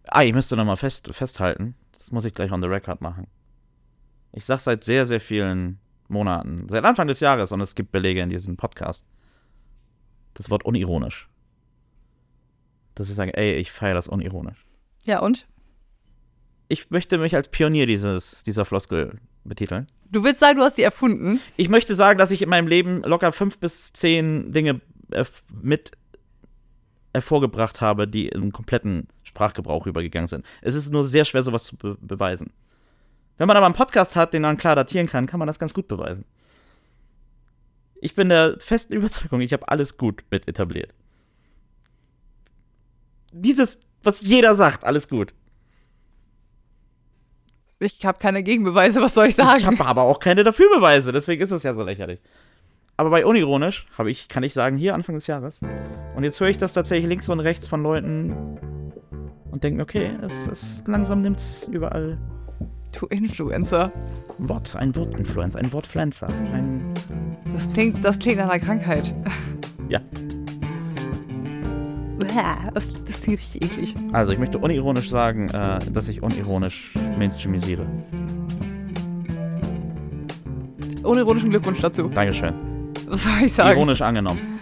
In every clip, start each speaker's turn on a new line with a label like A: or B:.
A: Ich müsste nochmal festhalten. Das muss ich gleich on the record machen. Ich sag seit sehr, sehr vielen Monaten, seit Anfang des Jahres, und es gibt Belege in diesem Podcast, das Wort unironisch. Dass ich sage, ich feiere das unironisch.
B: Ja, und?
A: Ich möchte mich als Pionier dieser Floskel betiteln.
B: Du willst sagen, du hast die erfunden?
A: Ich möchte sagen, dass ich in meinem Leben locker 5 bis 10 Dinge mit hervorgebracht habe, die im kompletten Sprachgebrauch übergegangen sind. Es ist nur sehr schwer, sowas zu beweisen. Wenn man aber einen Podcast hat, den man klar datieren kann, kann man das ganz gut beweisen. Ich bin der festen Überzeugung, ich habe alles gut mit etabliert. Dieses, was jeder sagt, alles gut.
B: Ich habe keine Gegenbeweise, was soll ich sagen?
A: Ich habe aber auch keine Dafürbeweise, deswegen ist es ja so lächerlich. Aber bei unironisch kann ich sagen, hier Anfang des Jahres. Und jetzt höre ich das tatsächlich links und rechts von Leuten und denke mir, okay, es langsam nimmt es überall.
B: Du Influencer.
A: Ein Wortinfluencer, ein Wortpflanzer.
B: Das klingt nach einer Krankheit.
A: Ja.
B: Das klingt richtig eklig.
A: Also, ich möchte unironisch sagen, dass ich unironisch mainstreamisiere.
B: Unironischen Glückwunsch dazu.
A: Dankeschön.
B: Was soll ich sagen?
A: Ironisch angenommen.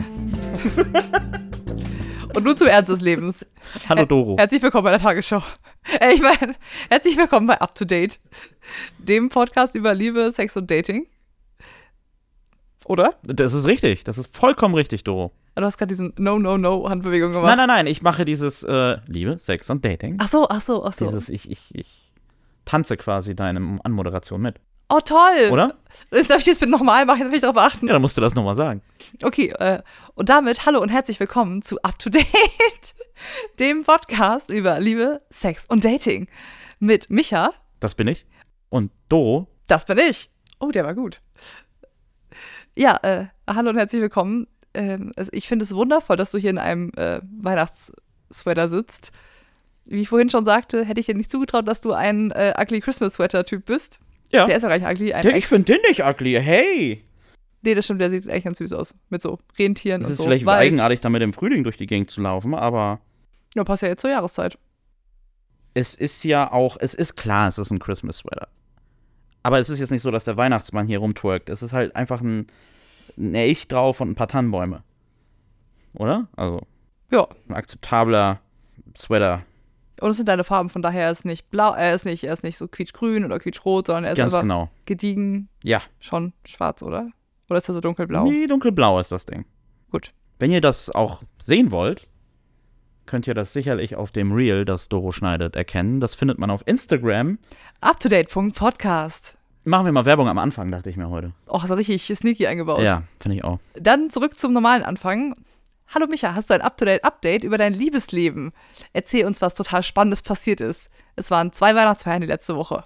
B: Und nun zum Ernst des Lebens.
A: Hallo Doro.
B: Herzlich willkommen bei der Tagesschau. Herzlich willkommen bei Up to Date, dem Podcast über Liebe, Sex und Dating. Oder?
A: Das ist richtig. Das ist vollkommen richtig, Doro.
B: Du hast gerade diesen No-No-No-Handbewegung gemacht.
A: Nein. Ich mache dieses Liebe, Sex und Dating.
B: Ach so.
A: Dieses, ich tanze quasi deine Anmoderation mit.
B: Oh, toll.
A: Oder?
B: Darf ich das bitte nochmal machen? Darf ich darauf achten?
A: Ja, dann musst du das nochmal sagen.
B: Okay, und damit hallo und herzlich willkommen zu Up to Date, dem Podcast über Liebe, Sex und Dating. Mit Micha.
A: Das bin ich. Und Doro.
B: Das bin ich. Oh, der war gut. Ja, hallo und herzlich willkommen. Ich finde es wundervoll, dass du hier in einem Weihnachtssweater sitzt. Wie ich vorhin schon sagte, hätte ich dir nicht zugetraut, dass du ein Ugly Christmas Sweater-Typ bist.
A: Ja.
B: Der ist ja gar nicht ugly.
A: Ich finde den nicht ugly, hey.
B: Nee, das stimmt, der sieht eigentlich ganz süß aus. Mit so Rentieren und so.
A: Es ist vielleicht eigenartig, damit im Frühling durch die Gegend zu laufen, aber
B: ja, passt ja jetzt zur Jahreszeit.
A: Es ist klar, es ist ein Christmas Sweater. Aber es ist jetzt nicht so, dass der Weihnachtsmann hier rumtwerkt. Es ist halt einfach ein Elch drauf und ein paar Tannenbäume. Oder? Also,
B: ja.
A: Ein akzeptabler Sweater.
B: Und es sind deine Farben, von daher er ist nicht blau, er ist nicht so quietschgrün oder quietschrot, sondern er ist
A: ganz
B: einfach
A: genau
B: gediegen.
A: Ja.
B: Schon schwarz, oder? Oder ist er so dunkelblau?
A: Nee, dunkelblau ist das Ding.
B: Gut.
A: Wenn ihr das auch sehen wollt, könnt ihr das sicherlich auf dem Reel, das Doro schneidet, erkennen. Das findet man auf Instagram.
B: UpToDate.podcast.
A: Machen wir mal Werbung am Anfang, dachte ich mir heute.
B: Oh, hast du richtig sneaky eingebaut.
A: Ja, finde ich auch.
B: Dann zurück zum normalen Anfang. Hallo Micha, hast du ein Up-to-Date-Update über dein Liebesleben? Erzähl uns, was total Spannendes passiert ist. Es waren 2 Weihnachtsfeiern die letzte Woche.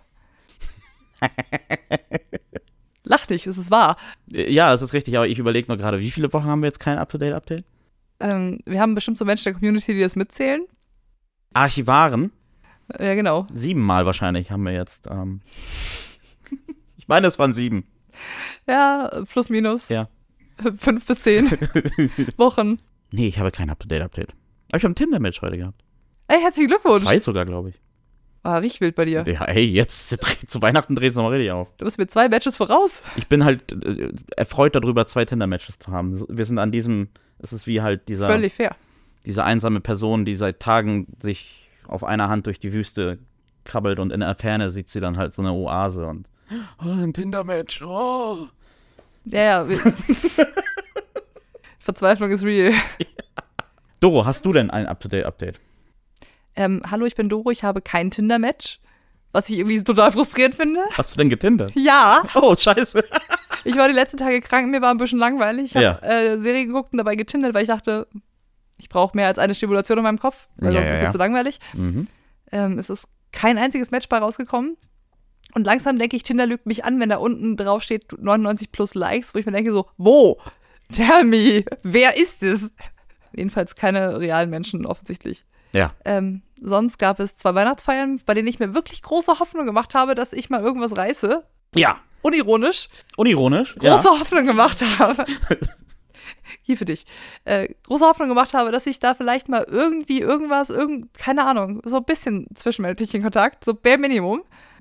B: Lach nicht, es ist wahr.
A: Ja, das ist richtig, aber ich überlege nur gerade, wie viele Wochen haben wir jetzt kein Up-to-Date-Update?
B: Wir haben bestimmt so Menschen der Community, die das mitzählen.
A: Archivaren?
B: Ja, genau.
A: 7 Mal wahrscheinlich haben wir jetzt. Ich meine, es waren 7.
B: Ja, plus minus.
A: Ja.
B: 5 bis 10 Wochen.
A: Nee, ich habe kein Up-to-Date-Update. Aber ich habe ein Tinder-Match heute gehabt.
B: Ey, herzlichen Glückwunsch.
A: 2 sogar, glaube ich.
B: War richtig wild bei dir.
A: Ja, hey, jetzt zu Weihnachten dreht es nochmal richtig auf.
B: Du bist mit 2 Matches voraus.
A: Ich bin halt erfreut darüber, 2 Tinder-Matches zu haben. Wir sind an diesem, es ist wie halt
B: völlig fair.
A: Diese einsame Person, die seit Tagen sich auf einer Hand durch die Wüste krabbelt und in der Ferne sieht sie dann halt so eine Oase und ein Tinder-Match, oh.
B: Ja. Verzweiflung ist real.
A: Doro, hast du denn ein Up-to-Date-Update?
B: Hallo, ich bin Doro, ich habe kein Tinder-Match, was ich irgendwie total frustrierend finde.
A: Hast du denn getindert?
B: Ja.
A: Oh, scheiße.
B: Ich war die letzten Tage krank, mir war ein bisschen langweilig. Ich habe Serie geguckt und dabei getindert, weil ich dachte, ich brauche mehr als eine Stimulation in meinem Kopf, weil sonst ist es so langweilig.
A: Mhm.
B: Es ist kein einziges Match bei rausgekommen. Und langsam denke ich, Tinder lügt mich an, wenn da unten drauf steht 99 plus Likes, wo ich mir denke so, wo? Tell me, wer ist es? Jedenfalls keine realen Menschen offensichtlich.
A: Ja.
B: Sonst gab es 2 Weihnachtsfeiern, bei denen ich mir wirklich große Hoffnung gemacht habe, dass ich mal irgendwas reiße.
A: Ja.
B: Unironisch.
A: Unironisch?
B: Große Hoffnung gemacht habe. hier für dich, große Hoffnung gemacht habe, dass ich da vielleicht mal irgendwie irgendwas, keine Ahnung, so ein bisschen zwischenmenschlichen Kontakt, so bare Minimum.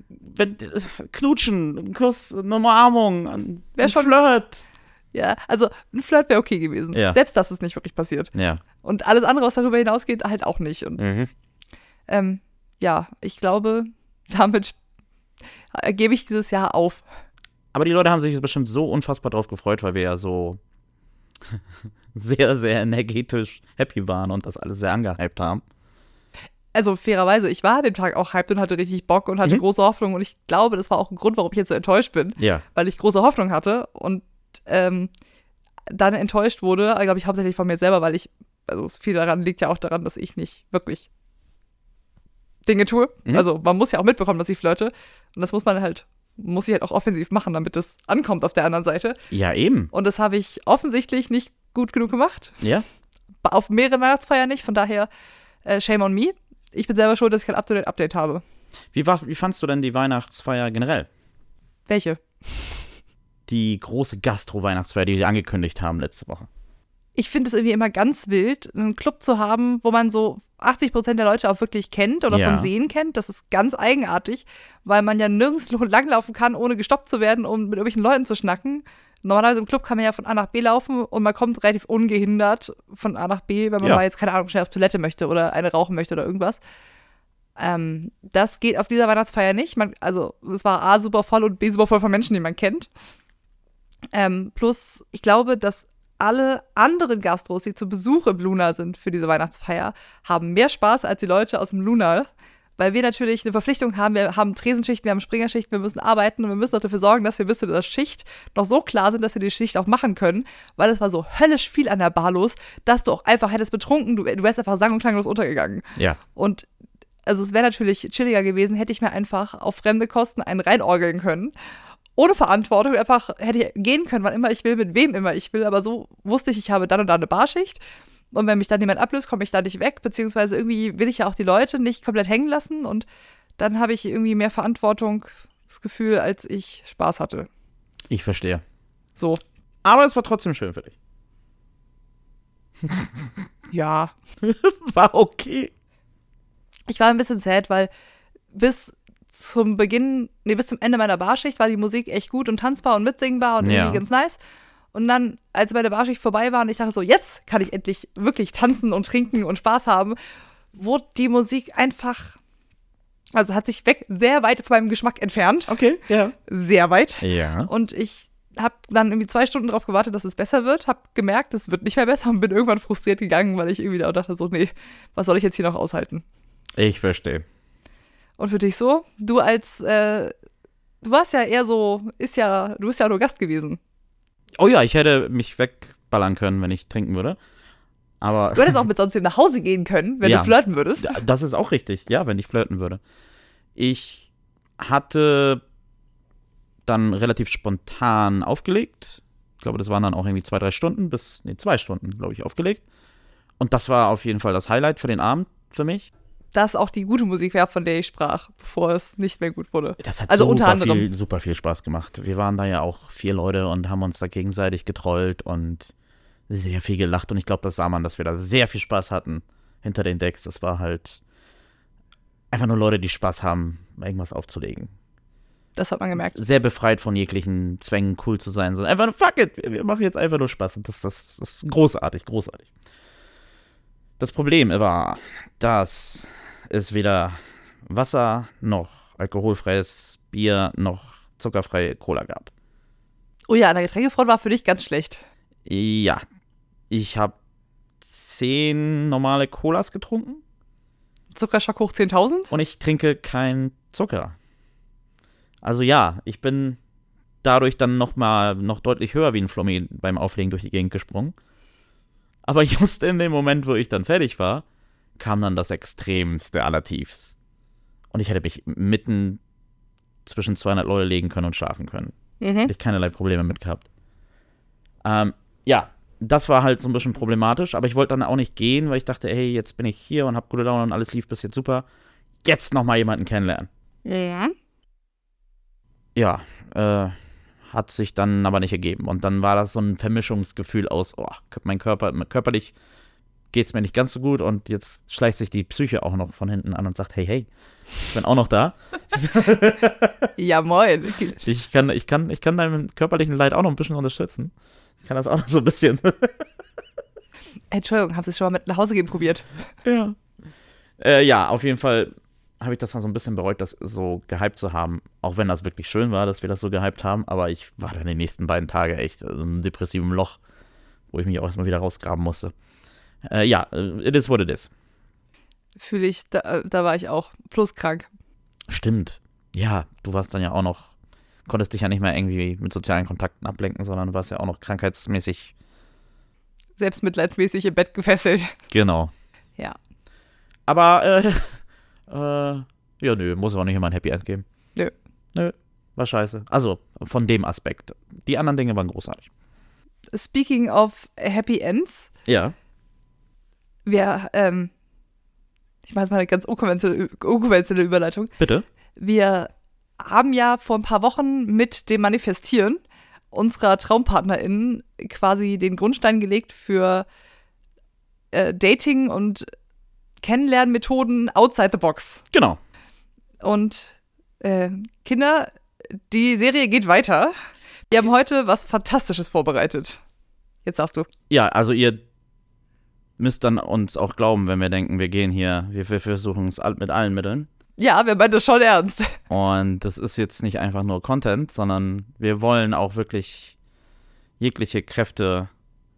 A: Knutschen, ein Kuss, eine Umarmung, ein
B: schon
A: Flirt.
B: Ja, also ein Flirt wäre okay gewesen.
A: Ja.
B: Selbst das ist nicht wirklich passiert.
A: Ja.
B: Und alles andere, was darüber hinausgeht, halt auch nicht. Und ja, ich glaube, damit gebe ich dieses Jahr auf.
A: Aber die Leute haben sich bestimmt so unfassbar drauf gefreut, weil wir ja so sehr, sehr energetisch happy waren und das alles sehr angehypt haben.
B: Also fairerweise, ich war an dem Tag auch hyped und hatte richtig Bock und hatte große Hoffnung. Und ich glaube, das war auch ein Grund, warum ich jetzt so enttäuscht bin.
A: Ja.
B: Weil ich große Hoffnung hatte und dann enttäuscht wurde, glaube ich, hauptsächlich von mir selber, weil also viel daran liegt ja auch daran, dass ich nicht wirklich Dinge tue. Also man muss ja auch mitbekommen, dass ich flirte. Und das muss ich halt auch offensiv machen, damit es ankommt auf der anderen Seite.
A: Ja, eben.
B: Und das habe ich offensichtlich nicht gut genug gemacht.
A: Ja.
B: Auf mehreren Weihnachtsfeiern nicht, von daher shame on me. Ich bin selber schuld, dass ich kein Up-to-Date-Update habe.
A: Wie fandst du denn die Weihnachtsfeier generell?
B: Welche?
A: Die große Gastro-Weihnachtsfeier, die sie angekündigt haben letzte Woche.
B: Ich finde es irgendwie immer ganz wild, einen Club zu haben, wo man so 80% der Leute auch wirklich kennt oder vom Sehen kennt. Das ist ganz eigenartig, weil man ja nirgends langlaufen kann, ohne gestoppt zu werden, um mit irgendwelchen Leuten zu schnacken. Normalerweise im Club kann man ja von A nach B laufen und man kommt relativ ungehindert von A nach B, wenn man mal jetzt, keine Ahnung, schnell auf Toilette möchte oder eine rauchen möchte oder irgendwas. Das geht auf dieser Weihnachtsfeier nicht. Also es war A, super voll und B, super voll von Menschen, die man kennt. Plus, ich glaube, dass alle anderen Gastros, die zu Besuch im Luna sind für diese Weihnachtsfeier, haben mehr Spaß als die Leute aus dem Luna, weil wir natürlich eine Verpflichtung haben. Wir haben Tresenschichten, wir haben Springerschichten, wir müssen arbeiten und wir müssen auch dafür sorgen, dass wir bis zu der Schicht noch so klar sind, dass wir die Schicht auch machen können, weil es war so höllisch viel an der Bar los, dass du auch einfach hättest betrunken, du wärst einfach sang- und klanglos untergegangen.
A: Ja.
B: Und also es wäre natürlich chilliger gewesen, hätte ich mir einfach auf fremde Kosten einen reinorgeln können. Ohne Verantwortung, einfach hätte ich gehen können, wann immer ich will, mit wem immer ich will, aber so wusste ich habe dann und da eine Barschicht und wenn mich dann jemand ablöst, komme ich da nicht weg, beziehungsweise irgendwie will ich ja auch die Leute nicht komplett hängen lassen und dann habe ich irgendwie mehr Verantwortungsgefühl, als ich Spaß hatte.
A: Ich verstehe.
B: So.
A: Aber es war trotzdem schön für dich.
B: Ja.
A: War okay.
B: Ich war ein bisschen sad, weil bis zum Ende meiner Barschicht war die Musik echt gut und tanzbar und mitsingbar und irgendwie ganz nice. Und dann, als meine Barschicht vorbei war und ich dachte so, jetzt kann ich endlich wirklich tanzen und trinken und Spaß haben, wurde die Musik einfach, also hat sich sehr weit von meinem Geschmack entfernt.
A: Okay, ja.
B: Sehr weit.
A: Ja.
B: Und ich habe dann irgendwie 2 Stunden drauf gewartet, dass es besser wird, habe gemerkt, es wird nicht mehr besser und bin irgendwann frustriert gegangen, weil ich irgendwie da dachte so, nee, was soll ich jetzt hier noch aushalten?
A: Ich verstehe.
B: Und für dich so? Du warst ja eher so, du bist ja nur Gast gewesen.
A: Oh ja, ich hätte mich wegballern können, wenn ich trinken würde. Aber
B: du hättest auch mit sonst nach Hause gehen können, wenn du flirten würdest.
A: Das ist auch richtig, ja, wenn ich flirten würde. Ich hatte dann relativ spontan aufgelegt. Ich glaube, das waren dann auch irgendwie 2-3 Stunden, 2 Stunden, glaube ich, aufgelegt. Und das war auf jeden Fall das Highlight für den Abend für mich.
B: Dass auch die gute Musik war, von der ich sprach, bevor es nicht mehr gut wurde.
A: Das hat
B: also unter anderem
A: super viel Spaß gemacht. Wir waren da ja auch 4 Leute und haben uns da gegenseitig getrollt und sehr viel gelacht. Und ich glaube, das sah man, dass wir da sehr viel Spaß hatten hinter den Decks. Das war halt einfach nur Leute, die Spaß haben, irgendwas aufzulegen.
B: Das hat man gemerkt.
A: Sehr befreit von jeglichen Zwängen, cool zu sein. So einfach nur, fuck it, wir machen jetzt einfach nur Spaß. Und das ist großartig, großartig. Das Problem war, dass es weder Wasser noch alkoholfreies Bier noch zuckerfreie Cola gab.
B: Oh ja, an der Getränkefront war für dich ganz schlecht.
A: Ja, ich habe 10 normale Colas getrunken.
B: Zuckerschock hoch 10.000?
A: Und ich trinke keinen Zucker. Also ja, ich bin dadurch dann noch deutlich höher wie ein Flummi beim Auflegen durch die Gegend gesprungen. Aber just in dem Moment, wo ich dann fertig war, kam dann das extremste aller Tiefs. Und ich hätte mich mitten zwischen 200 Leute legen können und schlafen können. Hätte ich keinerlei Probleme mit gehabt. Ja, das war halt so ein bisschen problematisch, aber ich wollte dann auch nicht gehen, weil ich dachte, hey, jetzt bin ich hier und hab gute Laune und alles lief bis jetzt super. Jetzt noch mal jemanden kennenlernen.
B: Ja.
A: Ja, hat sich dann aber nicht ergeben. Und dann war das so ein Vermischungsgefühl aus, körperlich geht es mir nicht ganz so gut und jetzt schleicht sich die Psyche auch noch von hinten an und sagt, hey, ich bin auch noch da.
B: Ja, moin.
A: Ich kann deinem körperlichen Leid auch noch ein bisschen unterstützen. Ich kann das auch noch so ein bisschen.
B: Entschuldigung, haben Sie es schon mal mit nach Hause gehen probiert?
A: Ja. Ja, auf jeden Fall habe ich das dann so ein bisschen bereut, das so gehypt zu haben. Auch wenn das wirklich schön war, dass wir das so gehypt haben. Aber ich war dann die nächsten beiden Tage echt in einem depressiven Loch, wo ich mich auch erstmal wieder rausgraben musste. Ja, it is what it is.
B: Fühle ich, da war ich auch plus krank.
A: Stimmt. Ja, du warst dann ja auch noch, konntest dich ja nicht mehr irgendwie mit sozialen Kontakten ablenken, sondern du warst ja auch noch krankheitsmäßig.
B: Selbstmitleidsmäßig im Bett gefesselt.
A: Genau.
B: Ja.
A: Aber, ja, nö, muss auch nicht immer ein Happy End geben. Nö, war scheiße. Also, von dem Aspekt. Die anderen Dinge waren großartig.
B: Speaking of Happy Ends.
A: Ja.
B: Wir, ich mache jetzt mal eine ganz unkonventionelle Überleitung.
A: Bitte?
B: Wir haben ja vor ein paar Wochen mit dem Manifestieren unserer TraumpartnerInnen quasi den Grundstein gelegt für Dating und Kennenlernmethoden outside the box.
A: Genau.
B: Und Kinder, die Serie geht weiter. Wir haben heute was Fantastisches vorbereitet. Jetzt sagst du.
A: Ja, also ihr müsst dann uns auch glauben, wenn wir denken, wir versuchen es mit allen Mitteln.
B: Ja, wir meinen das schon ernst.
A: Und das ist jetzt nicht einfach nur Content, sondern wir wollen auch wirklich jegliche Kräfte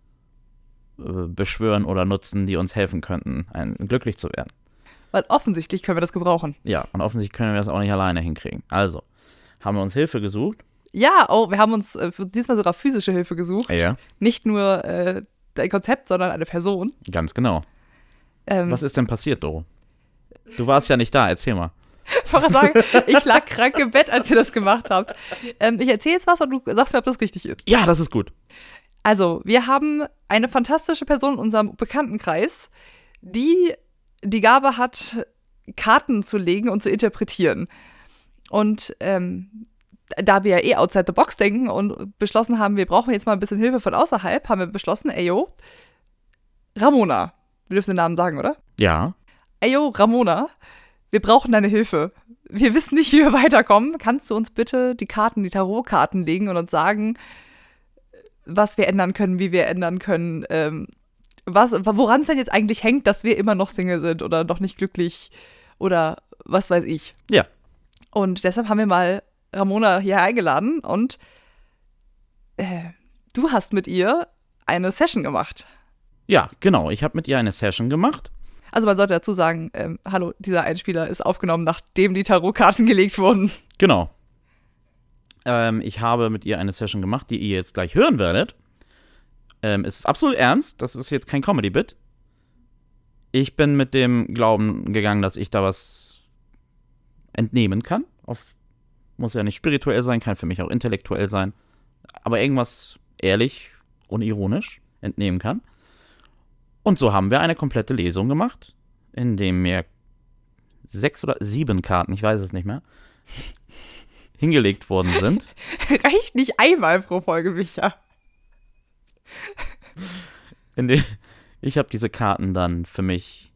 A: beschwören oder nutzen, die uns helfen könnten, glücklich zu werden.
B: Weil offensichtlich können wir das gebrauchen.
A: Ja, und offensichtlich können wir das auch nicht alleine hinkriegen. Also, haben wir uns Hilfe gesucht.
B: Ja, wir haben uns diesmal sogar physische Hilfe gesucht.
A: Ja.
B: Nicht nur ein Konzept, sondern eine Person.
A: Ganz genau. Was ist denn passiert, Doro? Du warst ja nicht da, erzähl mal.
B: Ich wollte sagen, ich lag krank im Bett, als ihr das gemacht habt. Ich erzähle jetzt was und du sagst mir, ob das richtig ist.
A: Ja, das ist gut.
B: Also, wir haben eine fantastische Person in unserem Bekanntenkreis, die die Gabe hat, Karten zu legen und zu interpretieren. Und da wir ja outside the box denken und beschlossen haben, wir brauchen jetzt mal ein bisschen Hilfe von außerhalb, haben wir beschlossen, Ramona. Wir dürfen den Namen sagen, oder?
A: Ja.
B: Ramona, wir brauchen deine Hilfe. Wir wissen nicht, wie wir weiterkommen. Kannst du uns bitte die Tarotkarten legen und uns sagen, was wir ändern können, wie wir ändern können, woran es denn jetzt eigentlich hängt, dass wir immer noch Single sind oder noch nicht glücklich oder was weiß ich.
A: Ja.
B: Und deshalb haben wir mal Ramona hier eingeladen und du hast mit ihr eine Session gemacht.
A: Ja, genau. Ich habe mit ihr eine Session gemacht.
B: Also man sollte dazu sagen, hallo, dieser Einspieler ist aufgenommen, nachdem die Tarotkarten gelegt wurden.
A: Genau. Ich habe mit ihr eine Session gemacht, die ihr jetzt gleich hören werdet. Es ist absolut ernst. Das ist jetzt kein Comedy-Bit. Ich bin mit dem Glauben gegangen, dass ich da was entnehmen kann. Muss ja nicht spirituell sein, kann für mich auch intellektuell sein. Aber irgendwas ehrlich, unironisch entnehmen kann. Und so haben wir eine komplette Lesung gemacht, in dem mir 6 oder 7 Karten, ich weiß es nicht mehr, hingelegt worden sind.
B: Reicht nicht einmal pro Folge, Micha.
A: Ich habe diese Karten dann für mich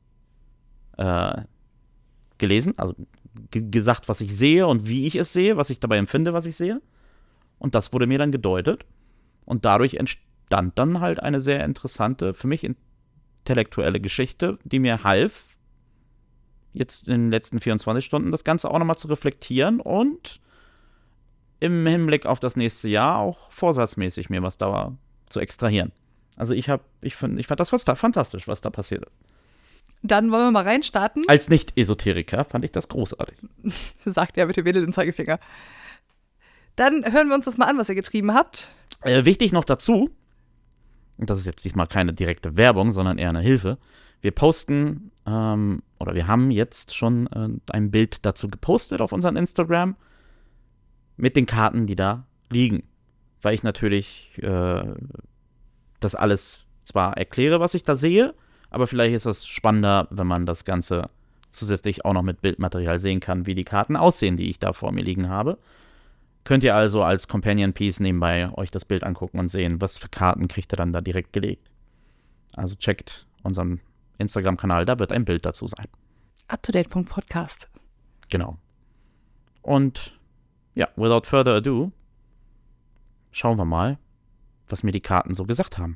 A: gelesen, also gesagt, was ich sehe und wie ich es sehe, was ich dabei empfinde, was ich sehe. Und das wurde mir dann gedeutet. Und dadurch entstand dann halt eine sehr interessante, für mich intellektuelle Geschichte, die mir half, jetzt in den letzten 24 Stunden das Ganze auch nochmal zu reflektieren und im Hinblick auf das nächste Jahr auch vorsatzmäßig mir was da zu extrahieren. Also ich fand das fantastisch, was da passiert ist.
B: Dann wollen wir mal reinstarten.
A: Als Nicht-Esoteriker fand ich das großartig.
B: Sagt er mit dem wedelnden Zeigefinger. Dann hören wir uns das mal an, was ihr getrieben habt.
A: Wichtig noch dazu, und das ist jetzt diesmal keine direkte Werbung, sondern eher eine Hilfe, wir posten, oder wir haben jetzt schon ein Bild dazu gepostet auf unserem Instagram mit den Karten, die da liegen. Weil ich natürlich das alles zwar erkläre, was ich da sehe, aber vielleicht ist das spannender, wenn man das Ganze zusätzlich auch noch mit Bildmaterial sehen kann, wie die Karten aussehen, die ich da vor mir liegen habe. Könnt ihr also als Companion Piece nebenbei euch das Bild angucken und sehen, was für Karten kriegt ihr dann da direkt gelegt. Also checkt unseren Instagram-Kanal, da wird ein Bild dazu sein.
B: UpToDate.podcast.
A: Genau. Und ja, without further ado, schauen wir mal, was mir die Karten so gesagt haben.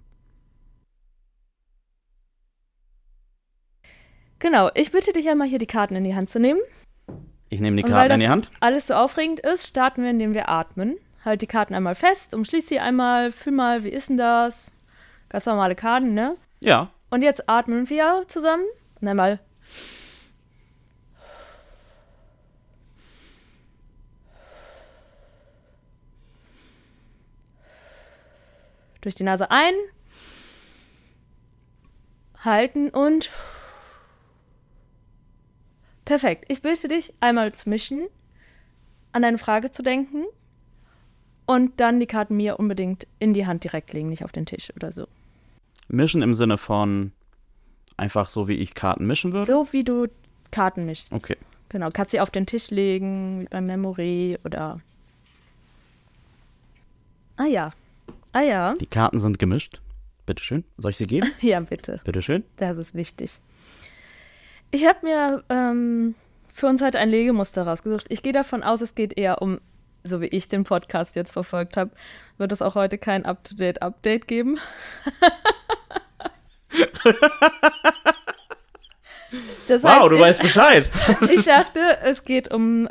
C: Genau, ich bitte dich einmal hier die Karten in die Hand zu nehmen.
A: Ich nehme die
C: Und
A: Karten
C: weil
A: in die Hand.
C: alles so aufregend ist, starten wir, indem wir atmen. Halt die Karten einmal fest, umschließ sie einmal, fühl mal, wie ist denn das? Ganz normale Karten, ne?
A: Ja.
C: Und jetzt atmen wir zusammen. Und einmal. Durch die Nase ein. Halten und. Perfekt. Ich bitte dich, einmal zu mischen, an deine Frage zu denken und dann die Karten mir unbedingt in die Hand direkt legen, nicht auf den Tisch oder so.
A: Mischen im Sinne von einfach so, wie ich Karten mischen würde?
C: So wie du Karten mischst.
A: Okay.
C: Genau, kannst sie auf den Tisch legen, wie beim Memory oder. Ah ja.
A: Die Karten sind gemischt. Bitteschön. Soll ich sie geben?
C: Ja, bitte.
A: Bitteschön.
C: Das ist wichtig. Ich habe mir für uns heute ein Legemuster rausgesucht. Ich gehe davon aus, es geht eher um, so wie ich den Podcast jetzt verfolgt habe, wird es auch heute kein Up-to-Date-Update geben. Das heißt,
A: Wow, du weißt Bescheid.
C: Ich dachte, es geht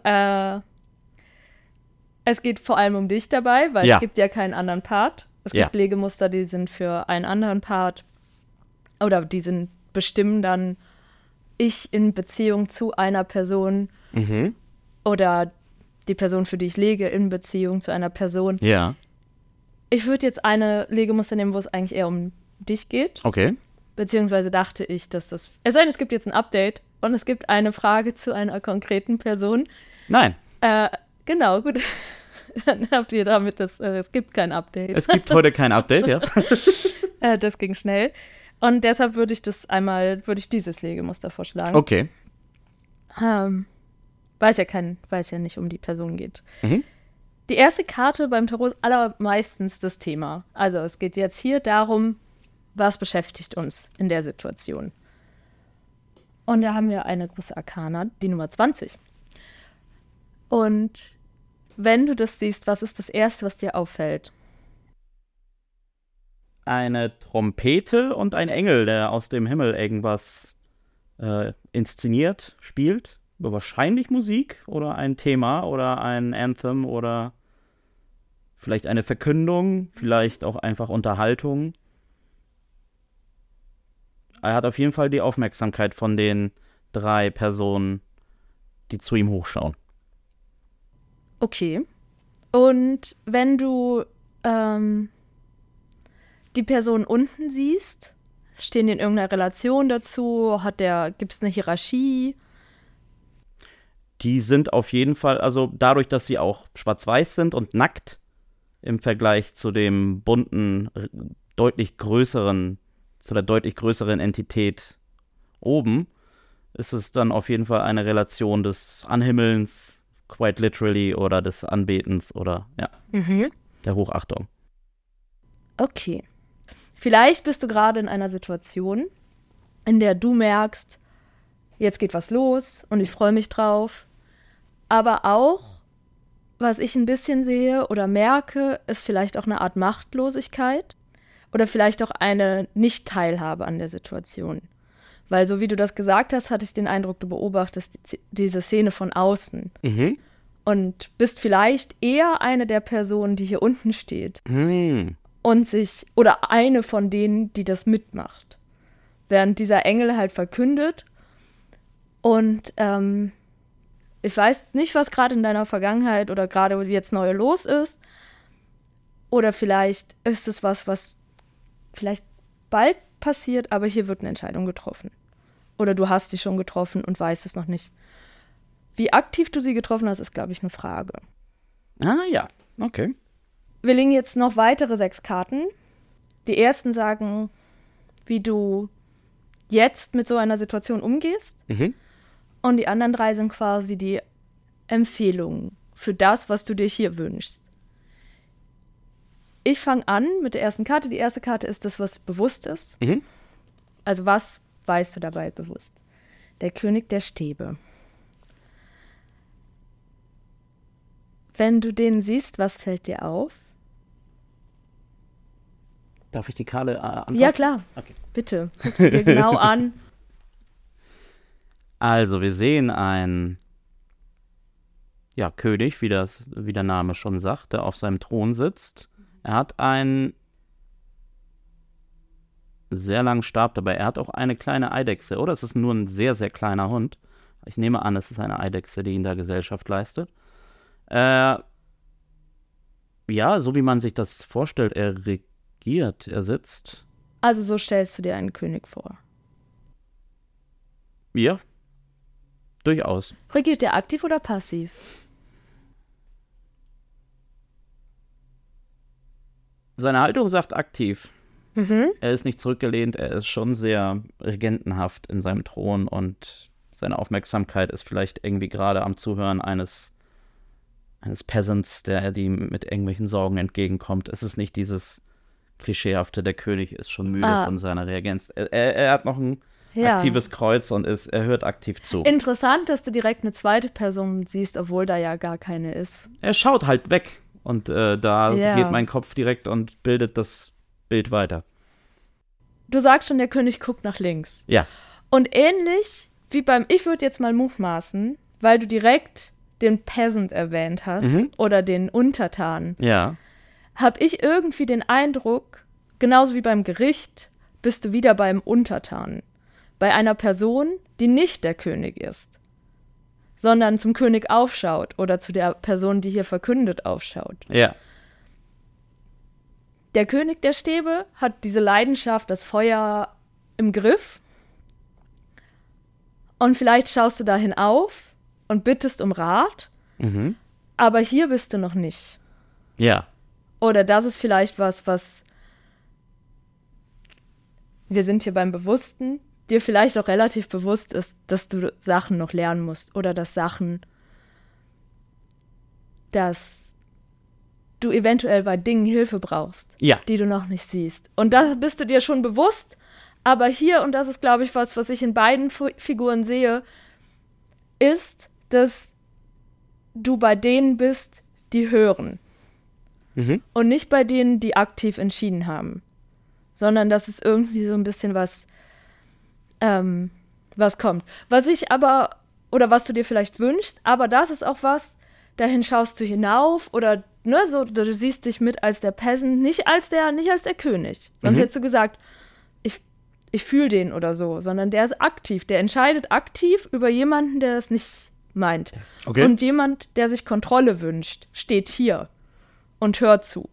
C: vor allem um dich dabei, weil
A: Ja.
C: es gibt ja keinen anderen Part. Es gibt Legemuster, die sind für einen anderen Part oder die bestimmen dann ich in Beziehung zu einer Person oder die Person, für die ich lege, in Beziehung zu einer Person.
A: Ja.
C: Ich würde jetzt eine Legemuster nehmen, wo es eigentlich eher um dich geht.
A: Okay.
C: Beziehungsweise dachte ich, dass das. Es sei denn, es gibt jetzt ein Update und es gibt eine Frage zu einer konkreten Person.
A: Nein.
C: Genau, gut. Dann habt ihr damit, es gibt kein Update.
A: Es gibt heute kein Update, ja.
C: Das ging schnell. Und deshalb würde ich dieses Legemuster vorschlagen.
A: Okay.
C: Weil es ja nicht um die Person geht.
A: Mhm.
C: Die erste Karte beim Tarot ist allermeistens das Thema. Also es geht jetzt hier darum, was beschäftigt uns in der Situation. Und da haben wir eine große Arkana, die Nummer 20. Und wenn du das siehst, was ist das Erste, was dir auffällt?
A: Eine Trompete und ein Engel, der aus dem Himmel irgendwas inszeniert, spielt. Wahrscheinlich Musik oder ein Thema oder ein Anthem oder vielleicht eine Verkündung, vielleicht auch einfach Unterhaltung. Er hat auf jeden Fall die Aufmerksamkeit von den 3 Personen, die zu ihm hochschauen.
C: Okay. Und wenn du die Person unten siehst, stehen die in irgendeiner Relation dazu? Gibt es eine Hierarchie?
A: Die sind auf jeden Fall, also dadurch, dass sie auch schwarz-weiß sind und nackt im Vergleich zu dem bunten, zu der deutlich größeren Entität oben, ist es dann auf jeden Fall eine Relation des Anhimmelns, quite literally, oder des Anbetens oder der Hochachtung.
C: Okay. Vielleicht bist du gerade in einer Situation, in der du merkst, jetzt geht was los und ich freue mich drauf. Aber auch, was ich ein bisschen sehe oder merke, ist vielleicht auch eine Art Machtlosigkeit oder vielleicht auch eine Nicht-Teilhabe an der Situation. Weil so wie du das gesagt hast, hatte ich den Eindruck, du beobachtest diese Szene von außen.
A: Mhm.
C: Und bist vielleicht eher eine der Personen, die hier unten steht.
A: Mhm.
C: Oder eine von denen, die das mitmacht. Während dieser Engel halt verkündet. Und ich weiß nicht, was gerade in deiner Vergangenheit oder gerade jetzt neu los ist. Oder vielleicht ist es was vielleicht bald passiert, aber hier wird eine Entscheidung getroffen. Oder du hast sie schon getroffen und weißt es noch nicht. Wie aktiv du sie getroffen hast, ist, glaube ich, eine Frage.
A: Ah ja, okay.
C: Wir legen jetzt noch weitere 6 Karten. Die ersten sagen, wie du jetzt mit so einer Situation umgehst.
A: Mhm.
C: Und die anderen 3 sind quasi die Empfehlungen für das, was du dir hier wünschst. Ich fange an mit der ersten Karte. Die erste Karte ist das, was bewusst ist.
D: Mhm.
C: Also was weißt du dabei bewusst? Der König der Stäbe. Wenn du den siehst, was fällt dir auf?
D: Darf ich die Karte anfassen?
C: Ja, klar.
D: Okay.
C: Bitte. Guck sie dir genau an.
D: Also, wir sehen einen König, wie der Name schon sagt, der auf seinem Thron sitzt. Er hat einen sehr langen Stab dabei. Er hat auch eine kleine Eidechse. Oder es ist nur ein sehr, sehr kleiner Hund. Ich nehme an, es ist eine Eidechse, die ihm da Gesellschaft leistet. So wie man sich das vorstellt, er regiert, er sitzt.
C: Also so stellst du dir einen König vor.
D: Ja, durchaus.
C: Regiert der aktiv oder passiv?
D: Seine Haltung sagt aktiv.
C: Mhm.
D: Er ist nicht zurückgelehnt, er ist schon sehr regentenhaft in seinem Thron und seine Aufmerksamkeit ist vielleicht irgendwie gerade am Zuhören eines Peasants, der ihm mit irgendwelchen Sorgen entgegenkommt. Es ist nicht dieses klischeehafte, der König ist schon müde von seiner Regenz. Er hat noch ein aktives Kreuz und er hört aktiv zu.
C: Interessant, dass du direkt eine zweite Person siehst, obwohl da ja gar keine ist.
D: Er schaut halt weg und geht mein Kopf direkt und bildet das Bild weiter.
C: Du sagst schon, der König guckt nach links.
D: Ja.
C: Und ähnlich wie ich würde jetzt mal mutmaßen, weil du direkt den Peasant erwähnt hast oder den Untertan, habe ich irgendwie den Eindruck, genauso wie beim Gericht, bist du wieder beim Untertan. Bei einer Person, die nicht der König ist, sondern zum König aufschaut oder zu der Person, die hier verkündet, aufschaut.
D: Ja.
C: Der König der Stäbe hat diese Leidenschaft, das Feuer im Griff. Und vielleicht schaust du dahin auf und bittest um Rat, aber hier bist du noch nicht.
D: Ja.
C: Oder das ist vielleicht was wir sind hier beim Bewussten, dir vielleicht auch relativ bewusst ist, dass du Sachen noch lernen musst oder dass du eventuell bei Dingen Hilfe brauchst, die du noch nicht siehst. Und da bist du dir schon bewusst, aber hier, und das ist, glaube ich, was ich in beiden Figuren sehe, ist, dass du bei denen bist, die hören. Und nicht bei denen, die aktiv entschieden haben. Sondern dass es irgendwie so ein bisschen was kommt. Was ich aber, oder was du dir vielleicht wünschst, aber das ist auch was, dahin schaust du hinauf oder so, du siehst dich mit als der Peasant, nicht als der König. Sonst hättest du gesagt, ich fühle den oder so, sondern der ist aktiv, der entscheidet aktiv über jemanden, der das nicht meint.
D: Okay.
C: Und jemand, der sich Kontrolle wünscht, steht hier und hört zu.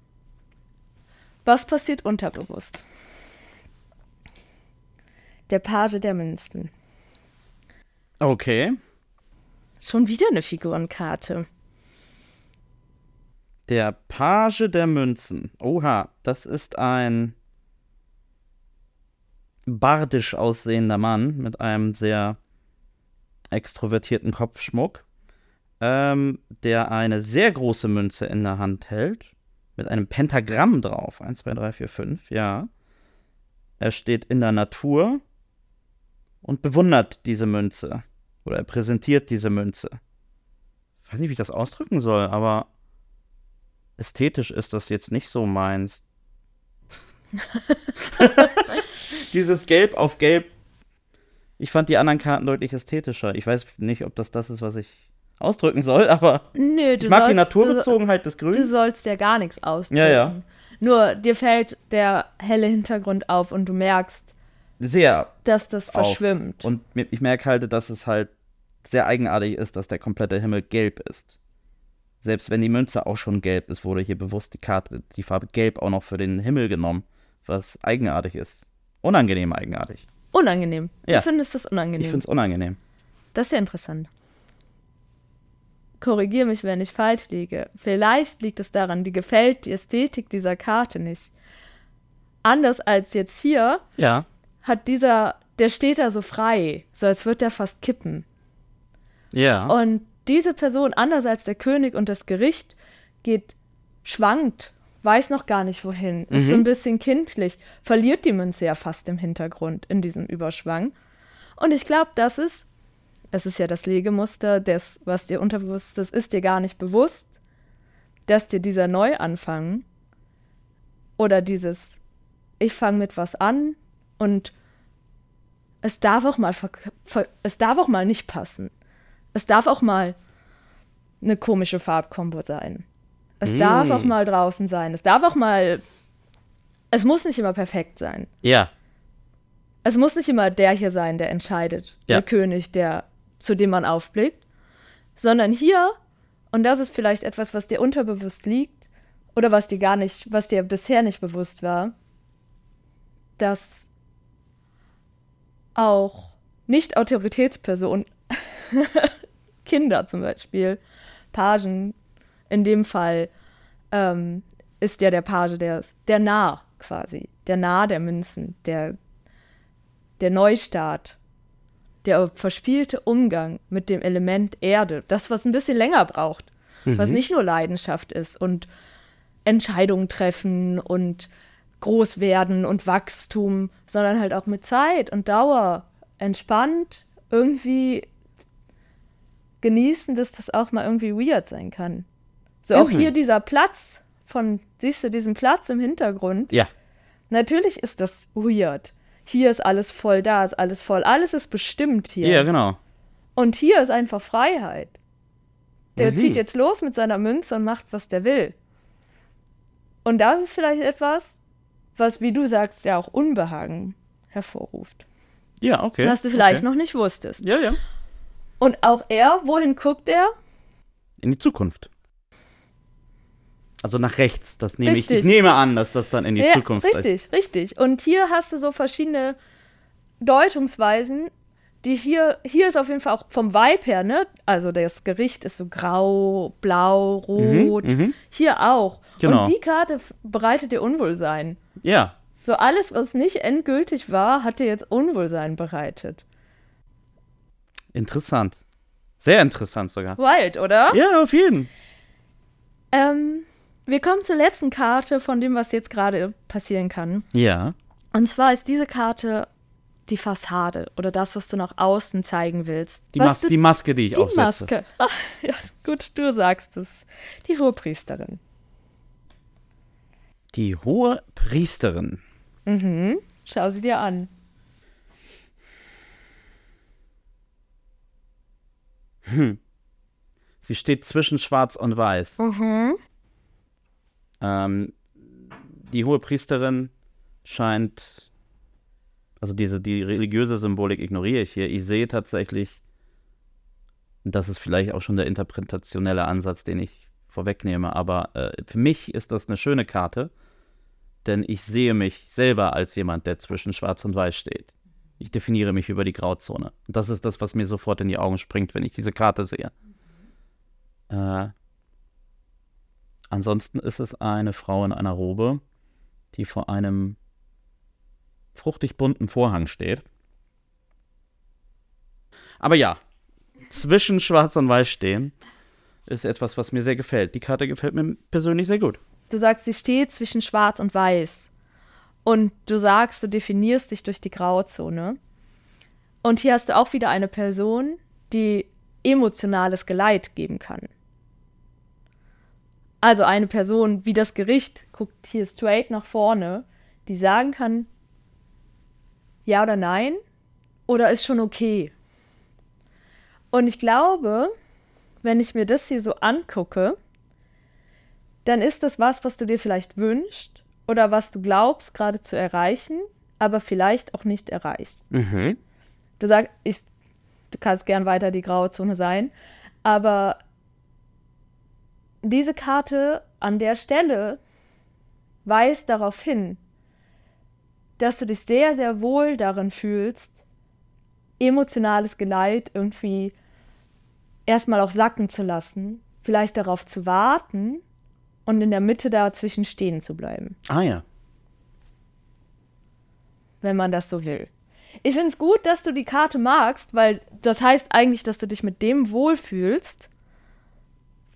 C: Was passiert unterbewusst? Der Page der Münzen.
D: Okay.
C: Schon wieder eine Figurenkarte.
D: Der Page der Münzen. Oha, das ist ein bardisch aussehender Mann mit einem sehr extrovertierten Kopfschmuck, der eine sehr große Münze in der Hand hält, mit einem Pentagramm drauf. 1, 2, 3, 4, 5, ja. Er steht in der Natur und bewundert diese Münze. Oder er präsentiert diese Münze. Ich weiß nicht, wie ich das ausdrücken soll, aber ästhetisch ist das jetzt nicht so meins. Dieses Gelb auf Gelb. Ich fand die anderen Karten deutlich ästhetischer. Ich weiß nicht, ob das ist, was ich ausdrücken soll, aber ich mag die Naturbezogenheit des Grüns.
C: Du sollst ja gar nichts ausdrücken.
D: Ja.
C: Nur dir fällt der helle Hintergrund auf und du merkst, dass das verschwimmt.
D: Und ich merke halt, dass es halt sehr eigenartig ist, dass der komplette Himmel gelb ist. Selbst wenn die Münze auch schon gelb ist, wurde hier bewusst die Farbe Gelb auch noch für den Himmel genommen, was eigenartig ist. Unangenehm eigenartig.
C: Unangenehm.
D: Ja.
C: Du findest das unangenehm.
D: Ich finde es unangenehm.
C: Das ist ja interessant. Korrigiere mich, wenn ich falsch liege. Vielleicht liegt es daran, dir gefällt die Ästhetik dieser Karte nicht. Anders als jetzt hier, hat der steht da so frei, so als würde der fast kippen.
D: Ja.
C: Und diese Person, anders als der König und das Gericht, schwankt, weiß noch gar nicht wohin, ist so ein bisschen kindlich, verliert die Münze ja fast im Hintergrund in diesem Überschwang. Und ich glaube, es ist ja das Legemuster, was dir unterbewusst ist dir gar nicht bewusst, dass dir dieser Neuanfang oder dieses ich fange mit was an und es darf auch mal nicht passen. Es darf auch mal eine komische Farbkombo sein. Es darf auch mal draußen sein. Es muss nicht immer perfekt sein.
D: Ja.
C: Es muss nicht immer der hier sein, der entscheidet.
D: Ja.
C: Der König, zu dem man aufblickt. Sondern hier, und das ist vielleicht etwas, was dir unterbewusst liegt, oder was dir bisher nicht bewusst war, dass auch Nicht-Autoritätspersonen, Kinder zum Beispiel, Pagen, in dem Fall ist ja der Page der Narr quasi, der Narr der Münzen, der Neustart, der verspielte Umgang mit dem Element Erde, das, was ein bisschen länger braucht, was nicht nur Leidenschaft ist und Entscheidungen treffen und groß werden und Wachstum, sondern halt auch mit Zeit und Dauer entspannt irgendwie genießen, dass das auch mal irgendwie weird sein kann. So auch hier dieser Platz siehst du diesen Platz im Hintergrund?
D: Ja.
C: Natürlich ist das weird. Hier ist alles voll, da ist alles voll, alles ist bestimmt hier.
D: Ja, genau.
C: Und hier ist einfach Freiheit. Der zieht jetzt los mit seiner Münze und macht, was der will. Und das ist vielleicht etwas, was, wie du sagst, ja auch Unbehagen hervorruft.
D: Ja, okay.
C: Was du vielleicht noch nicht wusstest.
D: Ja, ja.
C: Und auch wohin guckt er?
D: In die Zukunft. Also nach rechts. Das nehme ich.
C: Richtig.
D: Ich nehme an, dass das dann in die Zukunft ist.
C: Richtig. Und hier hast du so verschiedene Deutungsweisen, die hier ist auf jeden Fall auch vom Vibe her, ne? Also das Gericht ist so grau, blau, rot. Hier auch.
D: Genau.
C: Und die Karte bereitet dir Unwohlsein.
D: Ja.
C: So alles, was nicht endgültig war, hat dir jetzt Unwohlsein bereitet.
D: Interessant. Sehr interessant sogar.
C: Wild, oder?
D: Ja, auf jeden.
C: Wir kommen zur letzten Karte von dem, was jetzt gerade passieren kann.
D: Ja.
C: Und zwar ist diese Karte die Fassade oder das, was du nach außen zeigen willst.
D: Die Maske, die ich aufsetze.
C: Die Maske. Ach, ja, gut, du sagst es. Die Hohepriesterin.
D: Die Hohepriesterin.
C: Schau sie dir an.
D: Sie steht zwischen Schwarz und Weiß. Die Hohepriesterin scheint, also die religiöse Symbolik ignoriere ich hier. Ich sehe tatsächlich, das ist vielleicht auch schon der interpretationelle Ansatz, den ich vorwegnehme, aber für mich ist das eine schöne Karte, denn ich sehe mich selber als jemand, der zwischen Schwarz und Weiß steht. Ich definiere mich über die Grauzone. Und das ist das, was mir sofort in die Augen springt, wenn ich diese Karte sehe. Ansonsten ist es eine Frau in einer Robe, die vor einem fruchtig bunten Vorhang steht. Aber ja, zwischen Schwarz und Weiß stehen ist etwas, was mir sehr gefällt. Die Karte gefällt mir persönlich sehr gut.
C: Du sagst, sie steht zwischen Schwarz und Weiß. Und du sagst, du definierst dich durch die Grauzone. Und hier hast du auch wieder eine Person, die emotionales Geleit geben kann. Also eine Person, wie das Gericht, guckt hier straight nach vorne, die sagen kann, ja oder nein, oder ist schon okay. Und ich glaube, wenn ich mir das hier so angucke, dann ist das was du dir vielleicht wünschst oder was du glaubst gerade zu erreichen, aber vielleicht auch nicht erreichst. Du sagst, du kannst gern weiter die Grauzone sein, aber diese Karte an der Stelle weist darauf hin, dass du dich sehr, sehr wohl darin fühlst, emotionales Geleit irgendwie erstmal auch sacken zu lassen, vielleicht darauf zu warten und in der Mitte dazwischen stehen zu bleiben.
D: Ah ja.
C: Wenn man das so will. Ich finde es gut, dass du die Karte magst, weil das heißt eigentlich, dass du dich mit dem wohlfühlst,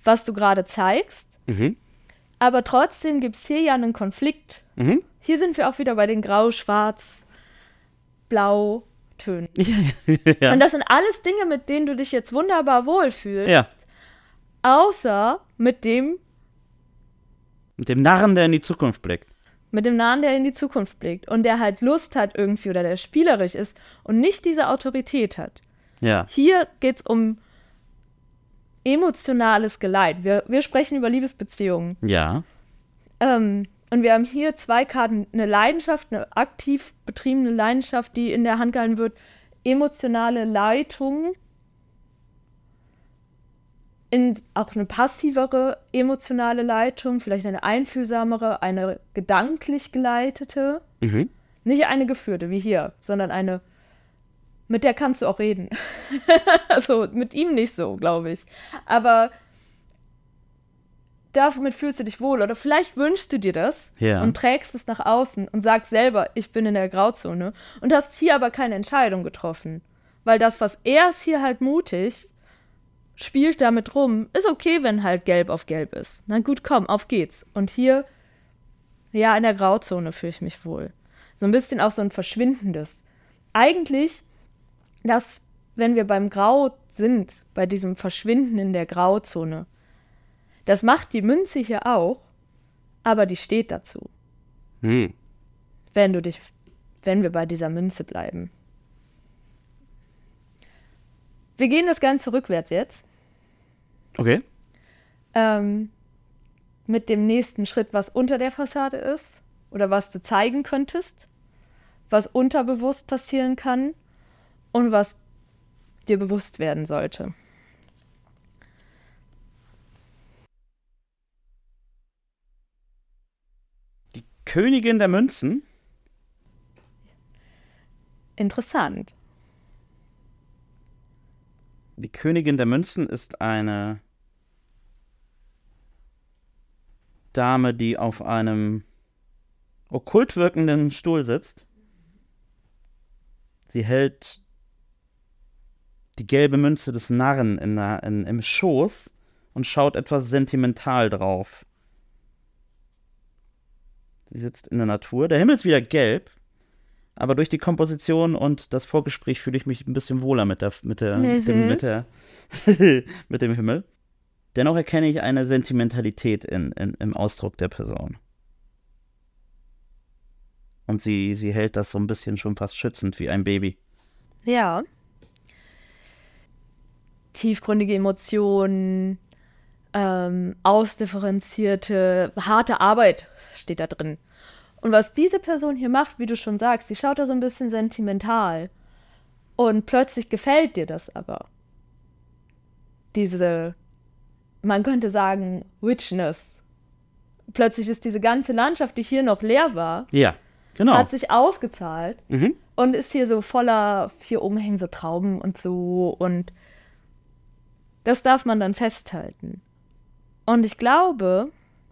C: was du gerade zeigst. Aber trotzdem gibt es hier ja einen Konflikt. Hier sind wir auch wieder bei den Grau, Schwarz, Blau Tönen.
D: Ja.
C: Und das sind alles Dinge, mit denen du dich jetzt wunderbar wohlfühlst.
D: Ja.
C: Außer mit dem
D: Narren, der in die Zukunft blickt.
C: Mit dem Nahen, der in die Zukunft blickt und der halt Lust hat irgendwie oder der spielerisch ist und nicht diese Autorität hat.
D: Ja.
C: Hier geht es um emotionales Geleit. Wir sprechen über Liebesbeziehungen.
D: Ja.
C: Und wir haben hier 2 Karten, eine Leidenschaft, eine aktiv betriebene Leidenschaft, die in der Hand gehalten wird, emotionale Leitung, auch eine passivere emotionale Leitung, vielleicht eine einfühlsamere, eine gedanklich geleitete. Nicht eine geführte, wie hier, sondern eine, mit der kannst du auch reden. Also mit ihm nicht so, glaube ich. Aber damit fühlst du dich wohl. Oder vielleicht wünschst du dir das und trägst es nach außen und sagst selber, ich bin in der Grauzone. Und hast hier aber keine Entscheidung getroffen. Weil das, was er ist hier halt mutig, spielt damit rum. Ist okay, wenn halt gelb auf gelb ist. Na gut, komm, auf geht's. Und hier, ja, in der Grauzone fühle ich mich wohl. So ein bisschen auch so ein verschwindendes. Eigentlich, dass, wenn wir beim Grau sind, bei diesem Verschwinden in der Grauzone, das macht die Münze hier auch, aber die steht dazu. Wenn wir bei dieser Münze bleiben. Wir gehen das Ganze rückwärts jetzt.
D: Okay.
C: Mit dem nächsten Schritt, was unter der Fassade ist oder was du zeigen könntest, was unterbewusst passieren kann und was dir bewusst werden sollte.
D: Die Königin der Münzen?
C: Interessant.
D: Die Königin der Münzen ist eine Dame, die auf einem okkult wirkenden Stuhl sitzt. Sie hält die gelbe Münze des Narren im Schoß und schaut etwas sentimental drauf. Sie sitzt in der Natur. Der Himmel ist wieder gelb. Aber durch die Komposition und das Vorgespräch fühle ich mich ein bisschen wohler mit dem Himmel. Dennoch erkenne ich eine Sentimentalität im Ausdruck der Person. Und sie hält das so ein bisschen schon fast schützend wie ein Baby.
C: Ja. Tiefgründige Emotionen, ausdifferenzierte, harte Arbeit steht da drin. Und was diese Person hier macht, wie du schon sagst, sie schaut da so ein bisschen sentimental. Und plötzlich gefällt dir das aber. Diese, man könnte sagen, Richness. Plötzlich ist diese ganze Landschaft, die hier noch leer war,
D: Ja, genau.
C: hat sich ausgezahlt und ist hier so voller, hier oben hängen so Trauben und so. Und das darf man dann festhalten. Und ich glaube,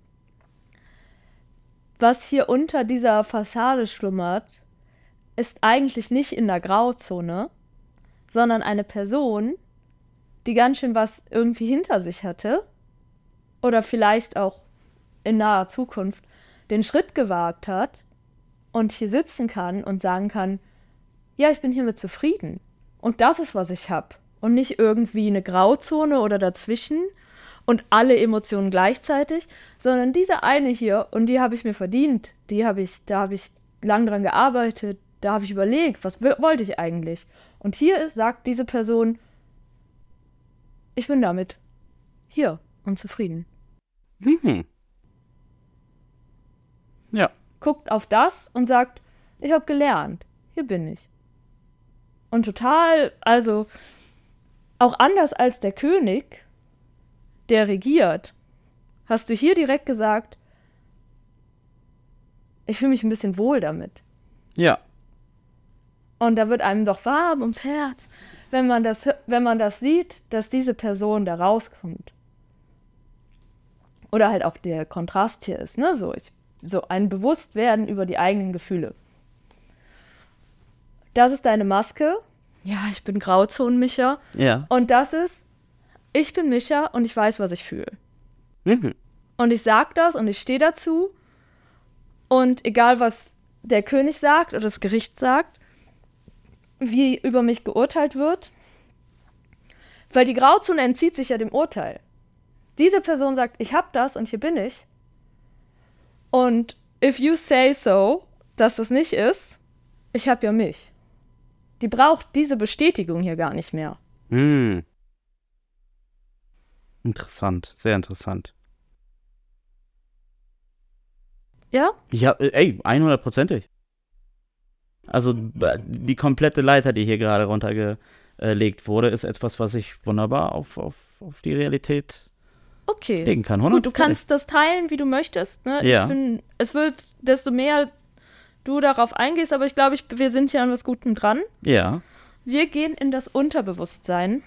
C: was hier unter dieser Fassade schlummert, ist eigentlich nicht in der Grauzone, sondern eine Person, die ganz schön was irgendwie hinter sich hatte oder vielleicht auch in naher Zukunft den Schritt gewagt hat und hier sitzen kann und sagen kann, ja, ich bin hiermit zufrieden und das ist, was ich habe und nicht irgendwie eine Grauzone oder dazwischen und alle Emotionen gleichzeitig, sondern diese eine hier, und die habe ich mir verdient, da habe ich lang dran gearbeitet, da habe ich überlegt, was wollte ich eigentlich? Und hier sagt diese Person, ich bin damit hier und zufrieden.
D: Ja.
C: Guckt auf das und sagt, ich habe gelernt, hier bin ich. Und total, also auch anders als der König, der regiert, hast du hier direkt gesagt, ich fühle mich ein bisschen wohl damit.
D: Ja.
C: Und da wird einem doch warm ums Herz, wenn man das sieht, dass diese Person da rauskommt. Oder halt auch der Kontrast hier ist, ne? So ein Bewusstwerden über die eigenen Gefühle. Das ist deine Maske. Ja, ich bin Grauzonen-Micha.
D: Ja.
C: Und das ist, ich bin Micha und ich weiß, was ich fühle.
D: Mhm.
C: Und ich sag das und ich stehe dazu. Und egal, was der König sagt oder das Gericht sagt, wie über mich geurteilt wird, weil die Grauzone entzieht sich ja dem Urteil. Diese Person sagt, ich hab das und hier bin ich. Und if you say so, dass das nicht ist, ich hab ja mich. Die braucht diese Bestätigung hier gar nicht mehr.
D: Mhm. Interessant, sehr interessant.
C: Ja?
D: Ja, ey, 100%ig. Also die komplette Leiter, die hier gerade runtergelegt wurde, ist etwas, was ich wunderbar auf die Realität
C: Okay.
D: legen kann.
C: Gut, du
D: 100%.
C: kannst das teilen, wie du möchtest. Ne?
D: Ja.
C: Es wird, desto mehr du darauf eingehst, aber ich glaube, wir sind hier an was Gutem dran.
D: Ja.
C: Wir gehen in das Unterbewusstsein.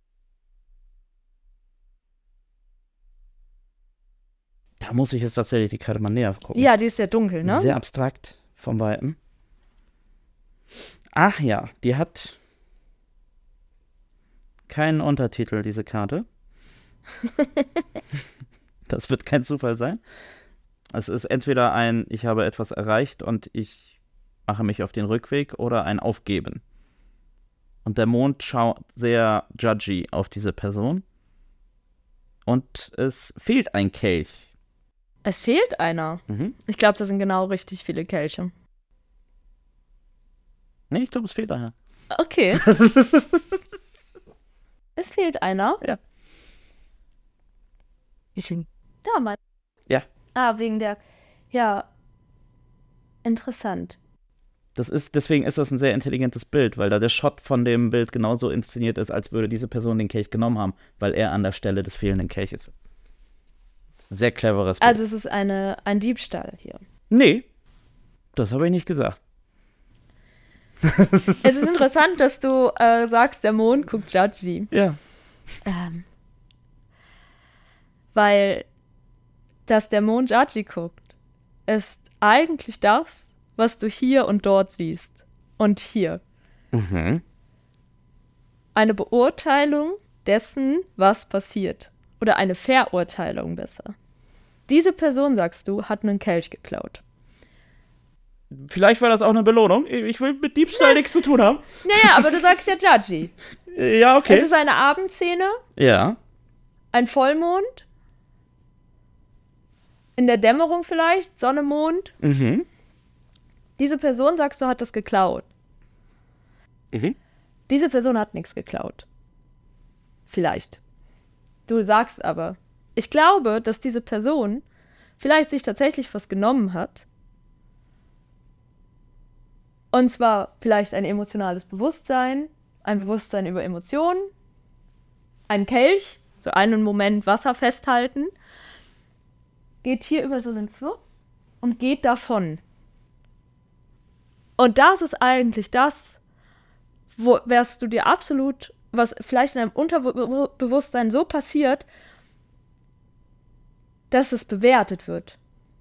D: Da muss ich jetzt tatsächlich die Karte mal näher gucken.
C: Ja, die ist sehr dunkel, ne?
D: Sehr abstrakt vom Weiten. Ach ja, die hat keinen Untertitel, diese Karte. Das wird kein Zufall sein. Es ist entweder ein Ich habe etwas erreicht und ich mache mich auf den Rückweg oder ein Aufgeben. Und der Mond schaut sehr judgy auf diese Person. Und es fehlt ein Kelch.
C: Es fehlt einer.
D: Mhm.
C: Ich glaube, das sind genau richtig viele Kelche.
D: Nee, ich glaube, es fehlt einer.
C: Okay. Es fehlt einer.
D: Ja.
C: Da, Mann.
D: Ja.
C: Ah, wegen der. Ja. Interessant.
D: Deswegen ist das ein sehr intelligentes Bild, weil da der Shot von dem Bild genauso inszeniert ist, als würde diese Person den Kelch genommen haben, weil er an der Stelle des fehlenden Kelches ist. Das ist ein sehr cleveres Bild.
C: Also es ist ein Diebstahl hier.
D: Nee, das habe ich nicht gesagt.
C: Es ist interessant, dass du sagst, der Mond guckt judgy.
D: Ja.
C: Weil, dass der Mond judgy guckt, ist eigentlich das, was du hier und dort siehst. Und hier.
D: Mhm.
C: Eine Beurteilung dessen, was passiert. Oder eine Verurteilung besser. Diese Person, sagst du, hat einen Kelch geklaut.
D: Vielleicht war das auch eine Belohnung. Ich will mit Diebstahl nichts zu tun haben.
C: Naja, aber du sagst ja judgy.
D: Ja, okay.
C: Es ist eine Abendszene,
D: Ja.
C: ein Vollmond. In der Dämmerung vielleicht, Sonne, Mond.
D: Mhm.
C: Diese Person, sagst du, hat das geklaut.
D: Mhm.
C: Diese Person hat nichts geklaut. Vielleicht. Du sagst aber, ich glaube, dass diese Person vielleicht sich tatsächlich was genommen hat. Und zwar vielleicht ein emotionales Bewusstsein, ein Bewusstsein über Emotionen, ein Kelch, so einen Moment Wasser festhalten, geht hier über so einen Fluss und geht davon. Und das ist eigentlich das, was du dir absolut, was vielleicht in deinem Unterbewusstsein so passiert, dass es bewertet wird.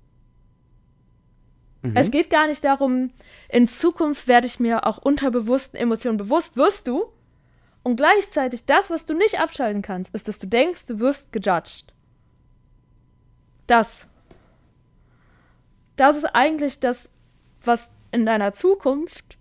D: Mhm.
C: Es geht gar nicht darum, in Zukunft werde ich mir auch unterbewussten Emotionen bewusst, wirst du. Und gleichzeitig das, was du nicht abschalten kannst, ist, dass du denkst, du wirst gejudged. Das ist eigentlich das, was in deiner Zukunft,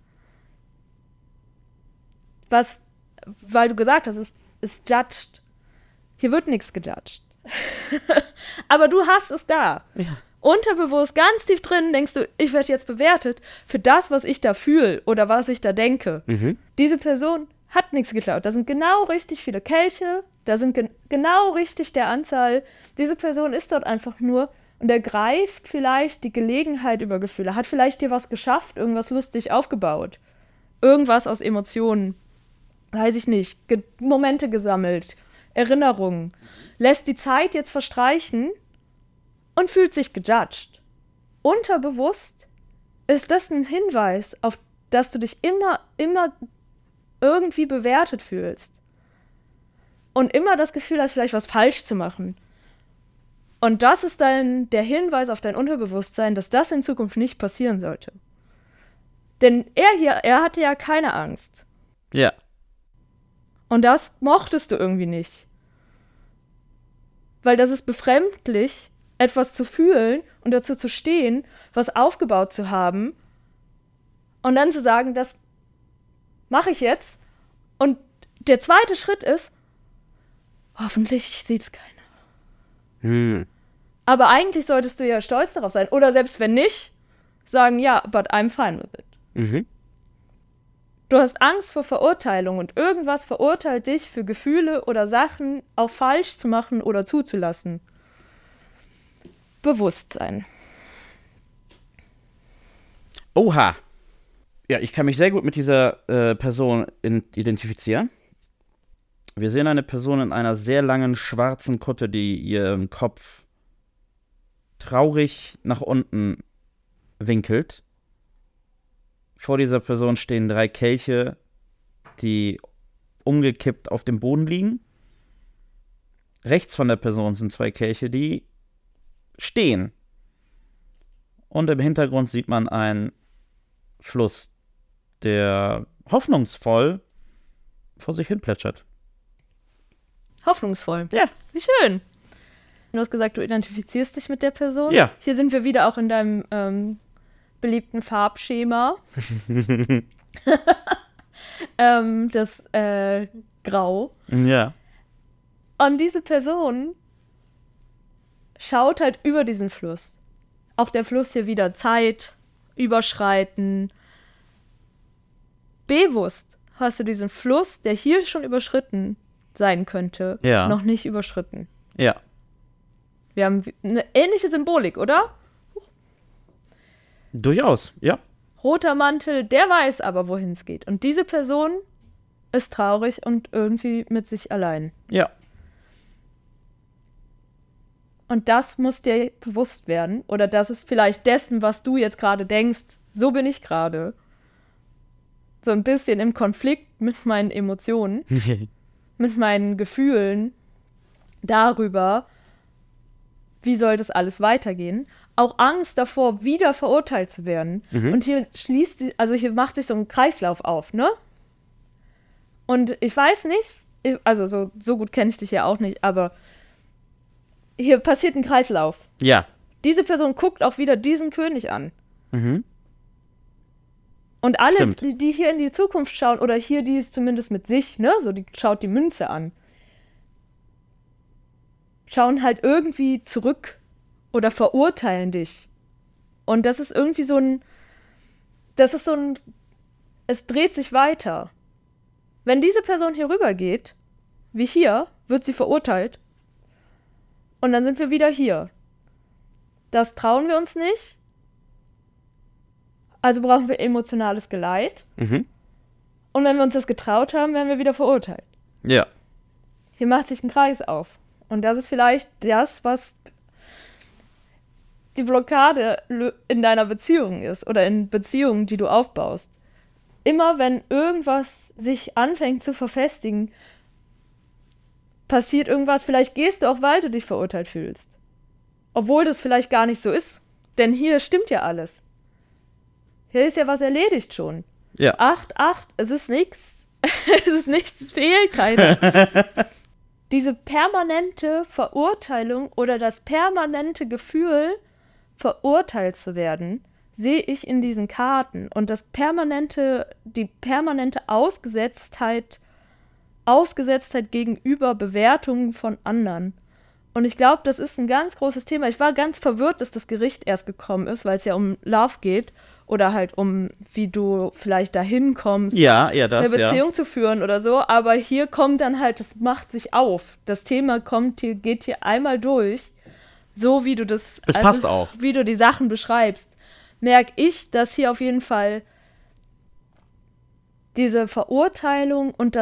C: weil du gesagt hast, ist judged. Hier wird nichts gejudged. Aber du hast es da.
D: Ja.
C: Unterbewusst, ganz tief drin, denkst du, ich werde jetzt bewertet für das, was ich da fühle oder was ich da denke.
D: Mhm.
C: Diese Person hat nichts geklaut. Da sind genau richtig viele Kelche, da sind genau richtig der Anzahl. Diese Person ist dort einfach nur und ergreift vielleicht die Gelegenheit über Gefühle, hat vielleicht dir was geschafft, irgendwas lustig aufgebaut. Irgendwas aus Emotionen, weiß ich nicht, Momente gesammelt, Erinnerungen, lässt die Zeit jetzt verstreichen und fühlt sich gejudged. Unterbewusst ist das ein Hinweis, auf dass du dich immer irgendwie bewertet fühlst. Und immer das Gefühl hast, vielleicht was falsch zu machen. Und das ist dann der Hinweis auf dein Unterbewusstsein, dass das in Zukunft nicht passieren sollte. Denn er hatte ja keine Angst.
D: Ja.
C: Und das mochtest du irgendwie nicht. Weil das ist befremdlich, etwas zu fühlen und dazu zu stehen, was aufgebaut zu haben und dann zu sagen, das mache ich jetzt. Und der zweite Schritt ist, hoffentlich sieht's keiner. Aber eigentlich solltest du ja stolz darauf sein. Oder selbst wenn nicht, sagen, ja, but I'm fine with it. Du hast Angst vor Verurteilung und irgendwas verurteilt dich für Gefühle oder Sachen auch falsch zu machen oder zuzulassen. Bewusstsein.
D: Oha. Ja, ich kann mich sehr gut mit dieser Person identifizieren. Wir sehen eine Person in einer sehr langen schwarzen Kutte, die ihren Kopf traurig nach unten winkelt. Vor dieser Person stehen 3 Kelche, die umgekippt auf dem Boden liegen. Rechts von der Person sind 2 Kelche, die stehen. Und im Hintergrund sieht man einen Fluss, der hoffnungsvoll vor sich hin plätschert.
C: Hoffnungsvoll.
D: Ja.
C: Wie schön. Du hast gesagt, du identifizierst dich mit der Person.
D: Ja.
C: Hier sind wir wieder auch in deinem beliebten Farbschema. Das Grau.
D: Ja.
C: Und diese Person schaut halt über diesen Fluss. Auch der Fluss hier wieder Zeit überschreiten. Bewusst hast du diesen Fluss, der hier schon überschritten sein könnte,
D: Ja.
C: noch nicht überschritten.
D: Ja.
C: Wir haben eine ähnliche Symbolik, oder?
D: Durchaus, ja.
C: Roter Mantel, der weiß aber, wohin es geht. Und diese Person ist traurig und irgendwie mit sich allein.
D: Ja.
C: Und das muss dir bewusst werden. Oder das ist vielleicht dessen, was du jetzt gerade denkst. So bin ich gerade. So ein bisschen im Konflikt mit meinen Emotionen, mit meinen Gefühlen darüber, wie soll das alles weitergehen. Auch Angst davor, wieder verurteilt zu werden. Und hier hier macht sich so ein Kreislauf auf, ne? Und ich weiß nicht, so gut kenne ich dich ja auch nicht, aber hier passiert ein Kreislauf.
D: Ja.
C: Diese Person guckt auch wieder diesen König an.
D: Mhm.
C: Und alle,
D: Stimmt.
C: die hier in die Zukunft schauen, oder hier, die ist zumindest mit sich, ne, so die schaut die Münze an, schauen halt irgendwie zurück oder verurteilen dich. Und das ist irgendwie es dreht sich weiter. Wenn diese Person hier rüber geht, wie hier, wird sie verurteilt. Und dann sind wir wieder hier. Das trauen wir uns nicht. Also brauchen wir emotionales Geleit.
D: Mhm.
C: Und wenn wir uns das getraut haben, werden wir wieder verurteilt.
D: Ja.
C: Hier macht sich ein Kreis auf. Und das ist vielleicht das, was die Blockade in deiner Beziehung ist oder in Beziehungen, die du aufbaust. Immer wenn irgendwas sich anfängt zu verfestigen, passiert irgendwas. Vielleicht gehst du auch, weil du dich verurteilt fühlst. Obwohl das vielleicht gar nicht so ist. Denn hier stimmt ja alles. Hier ist ja was erledigt schon.
D: Ja.
C: 8, es ist nichts. Es ist nichts, es fehlt keiner. Diese permanente Verurteilung oder das permanente Gefühl, verurteilt zu werden, sehe ich in diesen Karten. Und die permanente Ausgesetztheit gegenüber Bewertungen von anderen. Und ich glaube, das ist ein ganz großes Thema. Ich war ganz verwirrt, dass das Gericht erst gekommen ist, weil es ja um Love geht oder halt um, wie du vielleicht dahin kommst,
D: Ja,
C: eine Beziehung zu führen oder so. Aber hier kommt dann halt, das macht sich auf. Das Thema geht hier einmal durch, so wie du das,
D: Es passt auch.
C: wie du die Sachen beschreibst, merke ich, dass hier auf jeden Fall diese Verurteilung und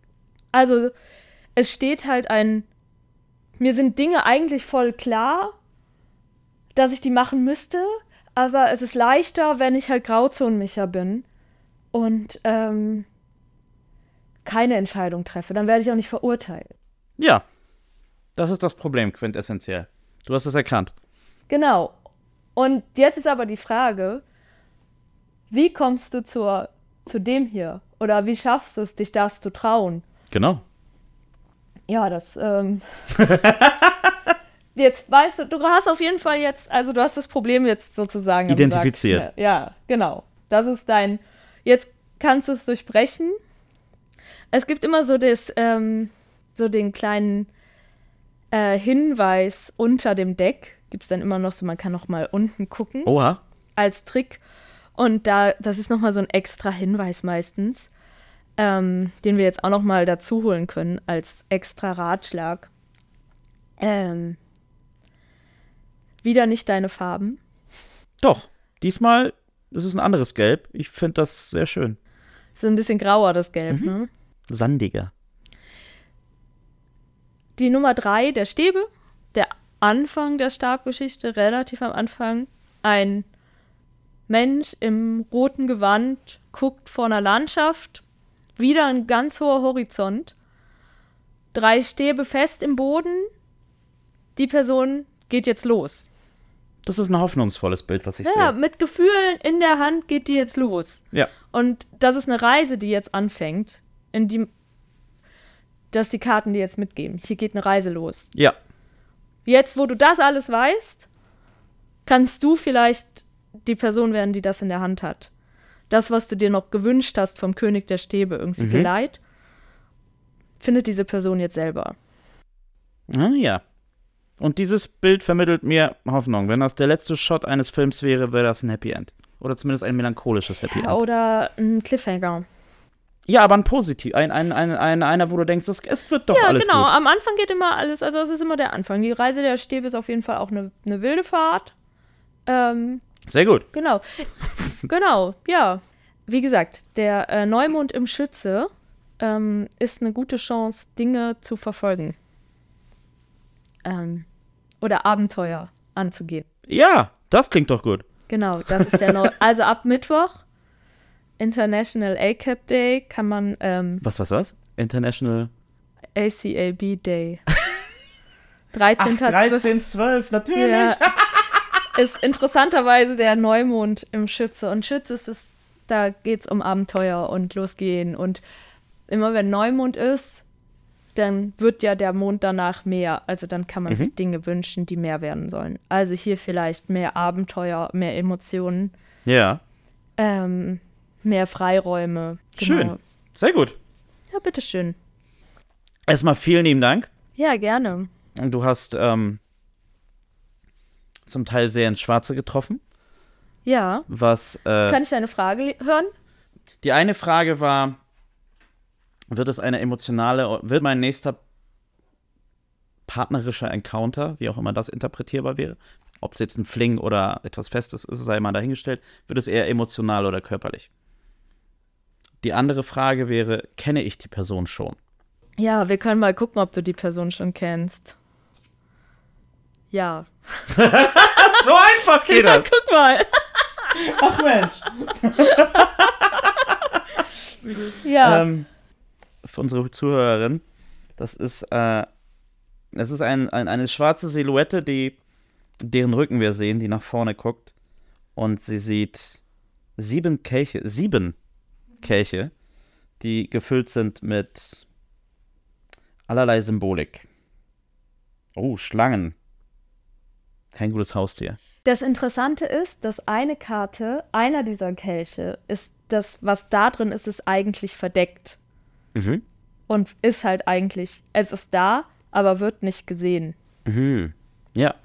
C: es steht halt mir sind Dinge eigentlich voll klar, dass ich die machen müsste, aber es ist leichter, wenn ich halt Grauzonenmicher bin und keine Entscheidung treffe. Dann werde ich auch nicht verurteilt.
D: Ja. Das ist das Problem, quintessentiell. Du hast es erkannt.
C: Genau. Und jetzt ist aber die Frage, wie kommst du zu dem hier? Oder wie schaffst du es, dich das zu trauen?
D: Genau.
C: Ja, das jetzt weißt du hast auf jeden Fall jetzt, also du hast das Problem jetzt sozusagen
A: identifiziert.
C: Gesagt, ja, genau. Das ist jetzt kannst du es durchbrechen. Es gibt immer so so den kleinen Hinweis unter dem Deck. Gibt es dann immer noch so, man kann noch mal unten gucken.
A: Oha.
C: Als Trick. Und das ist noch mal so ein extra Hinweis meistens, den wir jetzt auch noch mal dazu holen können als extra Ratschlag. Wieder nicht deine Farben.
A: Doch, diesmal ist es ein anderes Gelb. Ich finde das sehr schön.
C: Ist ein bisschen grauer, das Gelb, ne?
A: Sandiger.
C: Die Nummer 3, der Stäbe, der Anfang der Stabgeschichte, relativ am Anfang. Ein Mensch im roten Gewand guckt vor einer Landschaft. Wieder ein ganz hoher Horizont. 3 Stäbe fest im Boden. Die Person geht jetzt los.
A: Das ist ein hoffnungsvolles Bild, was ich
C: Ja,
A: sehe.
C: mit Gefühlen in der Hand geht die jetzt los.
A: Ja.
C: Und das ist eine Reise, die jetzt anfängt, dass die Karten dir jetzt mitgeben. Hier geht eine Reise los.
A: Ja.
C: Jetzt, wo du das alles weißt, kannst du vielleicht die Person werden, die das in der Hand hat. Das, was du dir noch gewünscht hast vom König der Stäbe, irgendwie Geleit, findet diese Person jetzt selber.
A: Ah, ja. Und dieses Bild vermittelt mir Hoffnung. Wenn das der letzte Shot eines Films wäre, wäre das ein Happy End. Oder zumindest ein melancholisches Happy End.
C: Oder ein Cliffhanger.
A: Ja, aber ein positiv. Einer, wo du denkst, es wird doch alles
C: genau.
A: gut.
C: Am Anfang geht immer alles, also es ist immer der Anfang. Die Reise der Stäbe ist auf jeden Fall auch eine wilde Fahrt.
A: Sehr gut.
C: Genau. Genau, ja. Wie gesagt, der Neumond im Schütze ist eine gute Chance, Dinge zu verfolgen. Oder Abenteuer anzugehen.
A: Ja, das klingt doch gut.
C: Genau, das ist der Also ab Mittwoch, International ACAB Day, kann man
A: Was? International
C: ACAB Day. 13.12.
A: 13/12, natürlich.
C: Ja, ist interessanterweise der Neumond im Schütze. Und Schütze da geht's um Abenteuer und losgehen. Und immer wenn Neumond ist, dann wird ja der Mond danach mehr. Also dann kann man sich Dinge wünschen, die mehr werden sollen. Also hier vielleicht mehr Abenteuer, mehr Emotionen,
A: Ja,
C: mehr Freiräume. Genau.
A: schön. Sehr gut.
C: Ja, bitteschön.
A: Erstmal vielen lieben Dank.
C: Ja, gerne.
A: Du hast zum Teil sehr ins Schwarze getroffen.
C: Ja.
A: Was
C: Kann ich deine Frage hören?
A: die eine Frage war, wird mein nächster partnerischer Encounter, wie auch immer das interpretierbar wäre, ob es jetzt ein Fling oder etwas Festes ist, sei mal dahingestellt, wird es eher emotional oder körperlich? Die andere Frage wäre, kenne ich die Person schon?
C: Ja, wir können mal gucken, ob du die Person schon kennst. Ja.
A: So einfach geht
C: Ja, guck mal.
A: Ach Mensch.
C: Ja.
A: Für unsere Zuhörerin, das ist eine schwarze Silhouette, deren Rücken wir sehen, die nach vorne guckt. Und sie sieht 7 Kelche, die gefüllt sind mit allerlei Symbolik. Oh, Schlangen. Kein gutes Haustier.
C: Das Interessante ist, dass einer dieser Kelche, ist das, was da drin ist, ist eigentlich verdeckt.
A: Mhm.
C: Und ist halt eigentlich, es ist da, aber wird nicht gesehen.
A: Mhm. Ja.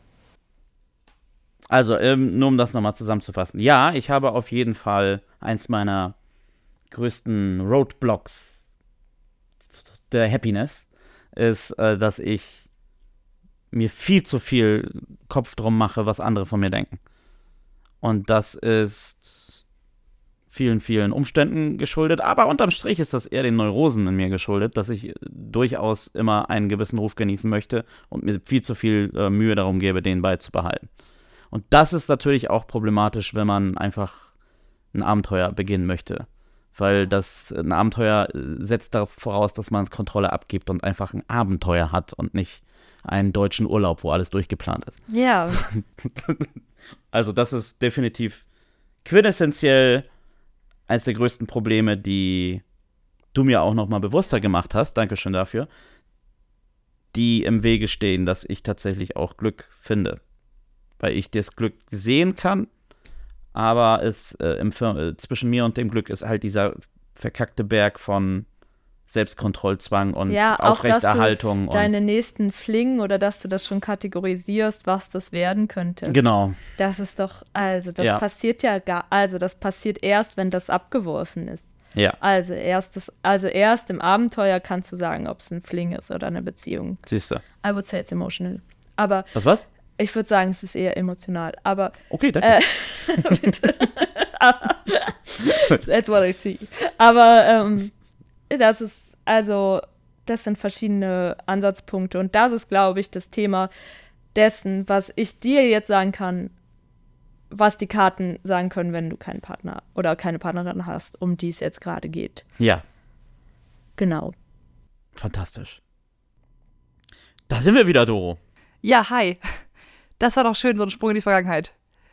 A: Also, nur um das nochmal zusammenzufassen. Ja, ich habe auf jeden Fall eins meiner größten Roadblocks der Happiness ist, dass ich mir viel zu viel Kopf drum mache, was andere von mir denken. Und das ist vielen, vielen Umständen geschuldet, aber unterm Strich ist das eher den Neurosen in mir geschuldet, dass ich durchaus immer einen gewissen Ruf genießen möchte und mir viel zu viel Mühe darum gebe, den beizubehalten. Und das ist natürlich auch problematisch, wenn man einfach ein Abenteuer beginnen möchte. Weil ein Abenteuer setzt darauf voraus, dass man Kontrolle abgibt und einfach ein Abenteuer hat und nicht einen deutschen Urlaub, wo alles durchgeplant ist.
C: Ja.
A: Also das ist definitiv quintessentiell eines der größten Probleme, die du mir auch noch mal bewusster gemacht hast. Dankeschön dafür. die im Wege stehen, dass ich tatsächlich auch Glück finde. Weil ich das Glück sehen kann, aber es zwischen mir und dem Glück ist halt dieser verkackte Berg von Selbstkontrollzwang und
C: Ja, auch,
A: Aufrechterhaltung.
C: dass du deine nächsten Fling oder dass du das schon kategorisierst, was das werden könnte.
A: Genau.
C: Das ist doch, passiert das passiert erst, wenn das abgeworfen ist.
A: Ja.
C: Also erst im Abenteuer kannst du sagen, ob es ein Fling ist oder eine Beziehung.
A: Siehst du.
C: I would say it's emotional. Aber
A: Was?
C: ich würde sagen, es ist eher emotional. Aber
A: Okay, danke.
C: bitte. That's what I see. Aber das sind verschiedene Ansatzpunkte. Und das ist, glaube ich, das Thema dessen, was ich dir jetzt sagen kann, was die Karten sagen können, wenn du keinen Partner oder keine Partnerin hast, um die es jetzt gerade geht.
A: Ja.
C: Genau.
A: Fantastisch. Da sind wir wieder, Doro.
B: Ja, hi. Das war doch schön, so ein Sprung in die Vergangenheit.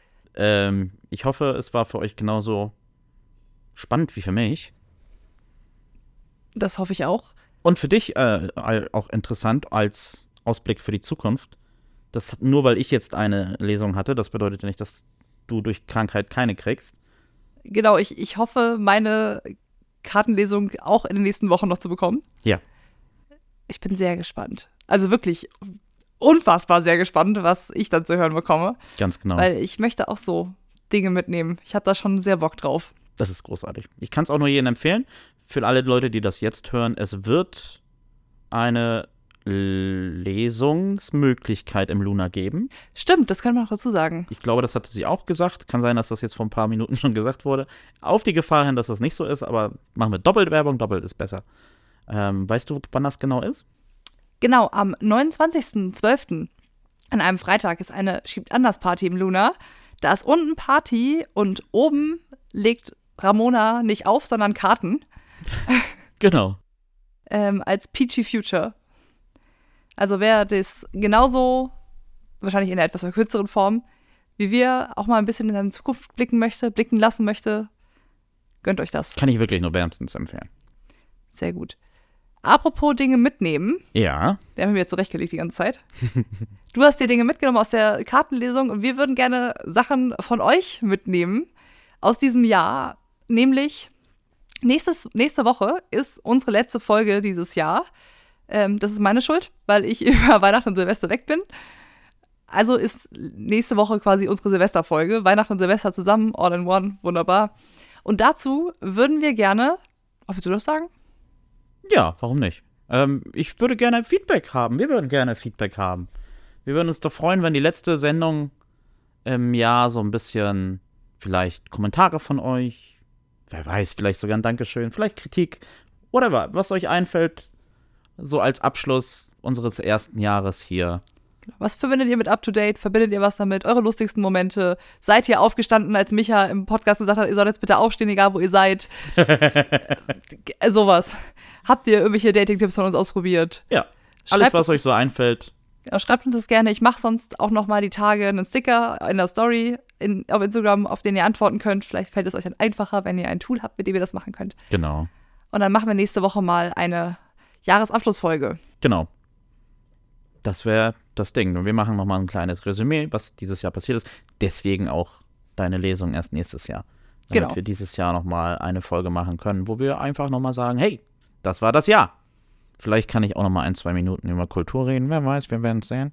A: Ich hoffe, es war für euch genauso spannend wie für mich.
B: Das hoffe ich auch.
A: Und für dich auch interessant als Ausblick für die Zukunft. Nur weil ich jetzt eine Lesung hatte, das bedeutet ja nicht, dass du durch Krankheit keine kriegst.
B: Genau, ich hoffe, meine Kartenlesung auch in den nächsten Wochen noch zu bekommen.
A: Ja.
B: Ich bin sehr gespannt. Also wirklich unfassbar sehr gespannt, was ich dann zu hören bekomme.
A: Ganz genau.
B: Weil ich möchte auch so Dinge mitnehmen. Ich habe da schon sehr Bock drauf.
A: Das ist großartig. Ich kann es auch nur jedem empfehlen. Für alle Leute, die das jetzt hören, es wird eine Lesungsmöglichkeit im Luna geben.
B: Stimmt, das können wir noch dazu sagen.
A: Ich glaube, das hatte sie auch gesagt. Kann sein, dass das jetzt vor ein paar Minuten schon gesagt wurde. Auf die Gefahr hin, dass das nicht so ist, aber machen wir doppelt Werbung, doppelt ist besser. Weißt du, wann das genau ist?
B: Genau, am 29.12. an einem Freitag ist eine Schiebt-Anders-Party im Luna. Da ist unten Party und oben legt Ramona nicht auf, sondern Karten.
A: Genau.
B: Als Peachy Future. Also wer das genauso, wahrscheinlich in einer etwas verkürzeren Form, wie wir auch mal ein bisschen in seine Zukunft blicken lassen möchte, gönnt euch das.
A: Kann ich wirklich nur wärmstens empfehlen.
B: Sehr gut. Apropos Dinge mitnehmen.
A: Ja.
B: Der haben wir jetzt zurechtgelegt die ganze Zeit. Du hast dir Dinge mitgenommen aus der Kartenlesung und wir würden gerne Sachen von euch mitnehmen aus diesem Jahr. Nämlich nächste Woche ist unsere letzte Folge dieses Jahr. Das ist meine Schuld, weil ich über Weihnachten und Silvester weg bin. Also ist nächste Woche quasi unsere Silvesterfolge. Weihnachten und Silvester zusammen, all in one, wunderbar. Und dazu würden wir gerne, willst du das sagen?
A: Ja, warum nicht? Ich würde gerne Feedback haben. Wir würden gerne Feedback haben. Wir würden uns doch freuen, wenn die letzte Sendung im Jahr so ein bisschen vielleicht Kommentare von euch, wer weiß, vielleicht sogar ein Dankeschön, vielleicht Kritik, whatever, was euch einfällt, so als Abschluss unseres ersten Jahres hier.
B: Was verbindet ihr mit Up-to-Date? Verbindet ihr was damit? Eure lustigsten Momente? Seid ihr aufgestanden, als Micha im Podcast gesagt hat, ihr sollt jetzt bitte aufstehen, egal wo ihr seid? Sowas. Habt ihr irgendwelche Dating-Tipps von uns ausprobiert?
A: Ja, alles, was euch so einfällt.
B: Ja, schreibt uns das gerne. Ich mache sonst auch noch mal die Tage einen Sticker in der Story auf Instagram, auf den ihr antworten könnt. Vielleicht fällt es euch dann einfacher, wenn ihr ein Tool habt, mit dem ihr das machen könnt.
A: Genau.
B: Und dann machen wir nächste Woche mal eine Jahresabschlussfolge.
A: Genau. Das wäre das Ding. Und wir machen noch mal ein kleines Resümee, was dieses Jahr passiert ist. Deswegen auch deine Lesung erst nächstes Jahr. Damit wir dieses Jahr noch mal eine Folge machen können, wo wir einfach noch mal sagen, hey, das war das Jahr. Vielleicht kann ich auch noch mal 1-2 Minuten über Kultur reden. Wer weiß, wir werden es sehen.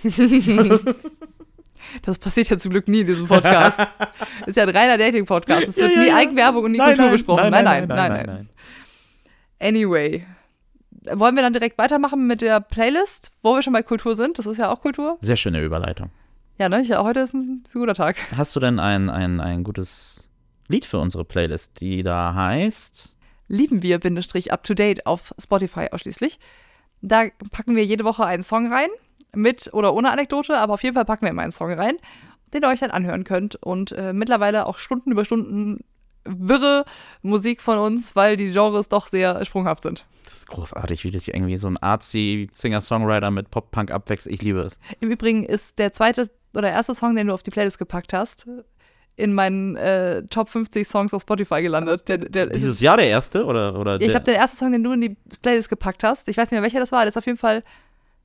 B: Das passiert ja zum Glück nie in diesem Podcast. Ist ja ein reiner Dating-Podcast. Es wird nie Eigenwerbung und nie Kultur besprochen. Nein. Anyway. Wollen wir dann direkt weitermachen mit der Playlist, wo wir schon bei Kultur sind? Das ist ja auch Kultur.
A: Sehr schöne Überleitung.
B: Ja, ne? Heute ist ein guter Tag.
A: Hast du denn ein gutes Lied für unsere Playlist, die da heißt
B: Lieben wir _up-to-date auf Spotify ausschließlich. Da packen wir jede Woche einen Song rein, mit oder ohne Anekdote, aber auf jeden Fall packen wir immer einen Song rein, den ihr euch dann anhören könnt. Und mittlerweile auch Stunden über Stunden wirre Musik von uns, weil die Genres doch sehr sprunghaft sind.
A: Das ist großartig, wie das hier irgendwie so ein artsy Singer-Songwriter mit Pop-Punk abwechselt. Ich liebe es.
B: Im Übrigen ist der zweite oder erste Song, den du auf die Playlist gepackt hast, in meinen Top 50 Songs auf Spotify gelandet.
A: Dieses Jahr der erste? Oder
B: ich glaube, der erste Song, den du in die Playlist gepackt hast, ich weiß nicht mehr, welcher das war, der ist auf jeden Fall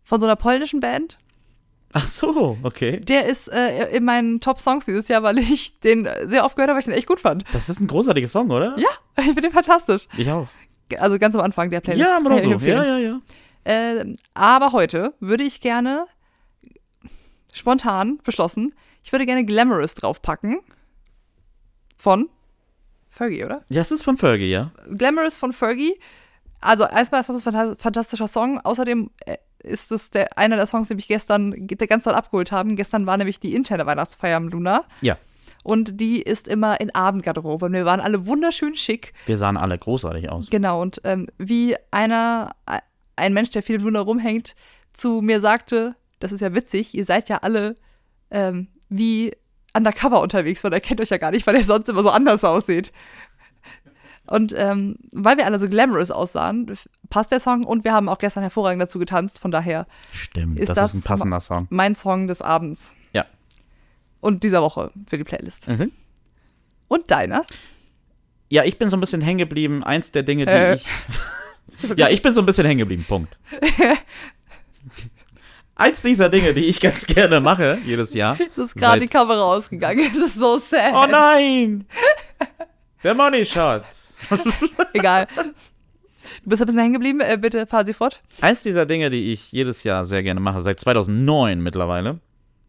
B: von so einer polnischen Band.
A: Ach so, okay.
B: Der ist in meinen Top-Songs dieses Jahr, weil ich den sehr oft gehört habe, weil ich den echt gut fand.
A: Das ist ein großartiger Song, oder?
B: Ja, ich finde den fantastisch.
A: Ich auch.
B: Also ganz am Anfang der Playlist.
A: Ja,
B: Kann
A: aber
B: ich
A: so.
B: empfehlen.
A: Ja.
B: Aber heute würde ich gerne spontan beschlossen, ich würde gerne Glamorous draufpacken. Von Fergie, oder?
A: Ja, es ist von Fergie, ja.
B: Glamorous von Fergie. Also erstmal ist das ein fantastischer Song. Außerdem ist es einer der Songs, den ich gestern ganz doll abgeholt haben. Gestern war nämlich die interne Weihnachtsfeier am Luna.
A: Ja.
B: Und die ist immer in Abendgarderobe. Und wir waren alle wunderschön schick.
A: Wir sahen alle großartig aus.
B: Genau. Und wie ein Mensch, der viel im Luna rumhängt, zu mir sagte, das ist ja witzig, ihr seid ja alle wie undercover unterwegs, weil er kennt euch ja gar nicht, weil er sonst immer so anders aussieht. Und weil wir alle so glamorous aussahen, passt der Song und wir haben auch gestern hervorragend dazu getanzt, von daher
A: Stimmt,
B: ist
A: das ist ein passender Song.
B: Mein Song des Abends.
A: Ja.
B: Und dieser Woche für die Playlist.
A: Mhm.
B: Und deiner?
A: Ja, ich bin so ein bisschen hängen geblieben. Eins der Dinge, die ich... Ja, ich bin so ein bisschen hängen geblieben, Punkt. Eins dieser Dinge, die ich ganz gerne mache, jedes Jahr.
B: Es ist gerade die Kamera ausgegangen. Es ist so sad.
A: Oh nein! Der Money Shot.
B: Egal. Du bist ein bisschen hängen geblieben. Bitte fahr sie fort.
A: Eins dieser Dinge, die ich jedes Jahr sehr gerne mache, seit 2009 mittlerweile,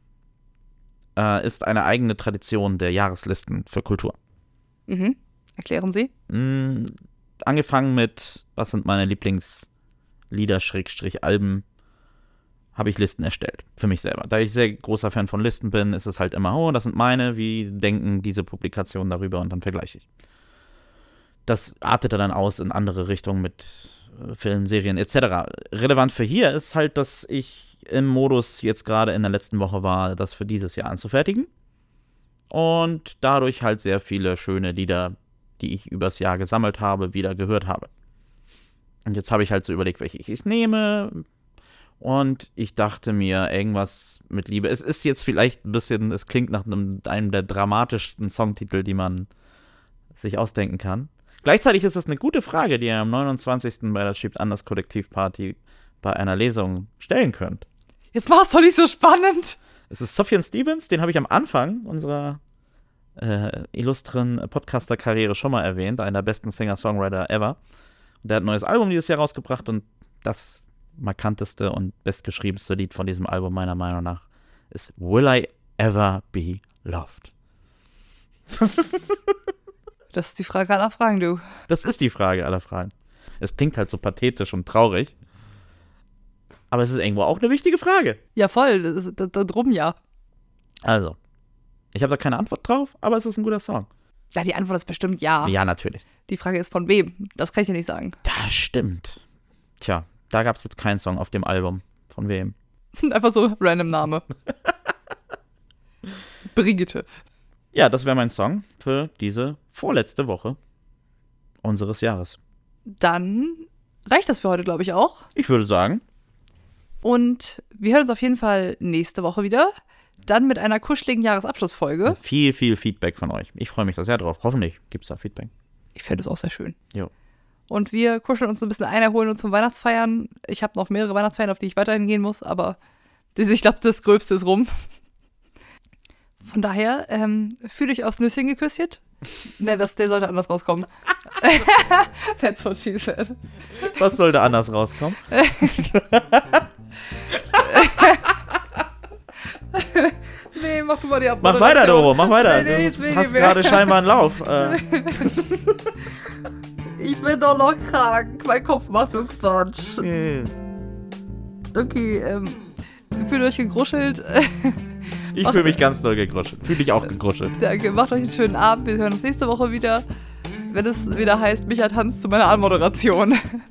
A: ist eine eigene Tradition der Jahreslisten für Kultur.
B: Mhm. Erklären Sie.
A: Angefangen mit, was sind meine Lieblingslieder, Alben, habe ich Listen erstellt. Für mich selber. Da ich sehr großer Fan von Listen bin, ist es halt immer, oh, das sind meine, wie denken diese Publikationen darüber und dann vergleiche ich. Das artete dann aus in andere Richtungen mit Filmen, Serien etc. Relevant für hier ist halt, dass ich im Modus jetzt gerade in der letzten Woche war, das für dieses Jahr anzufertigen. Und dadurch halt sehr viele schöne Lieder, die ich übers Jahr gesammelt habe, wieder gehört habe. Und jetzt habe ich halt so überlegt, welche ich nehme. Und ich dachte mir, irgendwas mit Liebe. Es ist jetzt vielleicht ein bisschen, es klingt nach einem der dramatischsten Songtitel, die man sich ausdenken kann. Gleichzeitig ist es eine gute Frage, die ihr am 29. bei der Schiebt Anders Kollektivparty bei einer Lesung stellen könnt.
B: Jetzt machst du doch nicht so spannend.
A: Es ist Sufjan Stevens, den habe ich am Anfang unserer illustren Podcaster-Karriere schon mal erwähnt, einer der besten Singer-Songwriter ever. Und der hat ein neues Album dieses Jahr rausgebracht und das markanteste und bestgeschriebenste Lied von diesem Album meiner Meinung nach ist Will I Ever Be Loved?
B: Das ist die Frage aller Fragen, du.
A: Das ist die Frage aller Fragen. Es klingt halt so pathetisch und traurig. Aber es ist irgendwo auch eine wichtige Frage.
B: Ja, voll. Drum ja.
A: Also, ich habe da keine Antwort drauf, aber es ist ein guter Song.
B: Ja, die Antwort ist bestimmt ja.
A: Ja, natürlich.
B: Die Frage ist von wem. Das kann ich ja nicht sagen.
A: Das stimmt. Tja, da gab es jetzt keinen Song auf dem Album. Von wem?
B: Einfach so random Name. Brigitte.
A: Ja, das wäre mein Song für diese vorletzte Woche unseres Jahres.
B: Dann reicht das für heute, glaube ich, auch.
A: Ich würde sagen.
B: Und wir hören uns auf jeden Fall nächste Woche wieder. Dann mit einer kuscheligen Jahresabschlussfolge.
A: Viel, viel Feedback von euch. Ich freue mich da sehr drauf. Hoffentlich gibt es da Feedback.
B: Ich finde es auch sehr schön.
A: Jo.
B: Und wir kuscheln uns ein bisschen ein, erholen uns vom Weihnachtsfeiern. Ich habe noch mehrere Weihnachtsfeiern, auf die ich weiterhin gehen muss, aber ich glaube, das Gröbste ist rum. Von daher, fühlt euch aufs Nüsschen geküsst. Ne, der sollte anders rauskommen. That's what she said.
A: Was sollte anders rauskommen?
B: Nee, mach du mal die Abmoderation.
A: Mach weiter, Doro, mach weiter.
B: Nee,
A: du hast gerade scheinbar einen Lauf.
B: Ich bin doch noch krank. Mein Kopf macht nur Quatsch. Okay, fühlt euch gegruschelt.
A: Ich fühle mich ganz doll gegruschelt. Fühle dich auch gegruschelt.
B: Danke, macht euch einen schönen Abend. Wir hören uns nächste Woche wieder, wenn es wieder heißt, Micha tanzt zu meiner Anmoderation.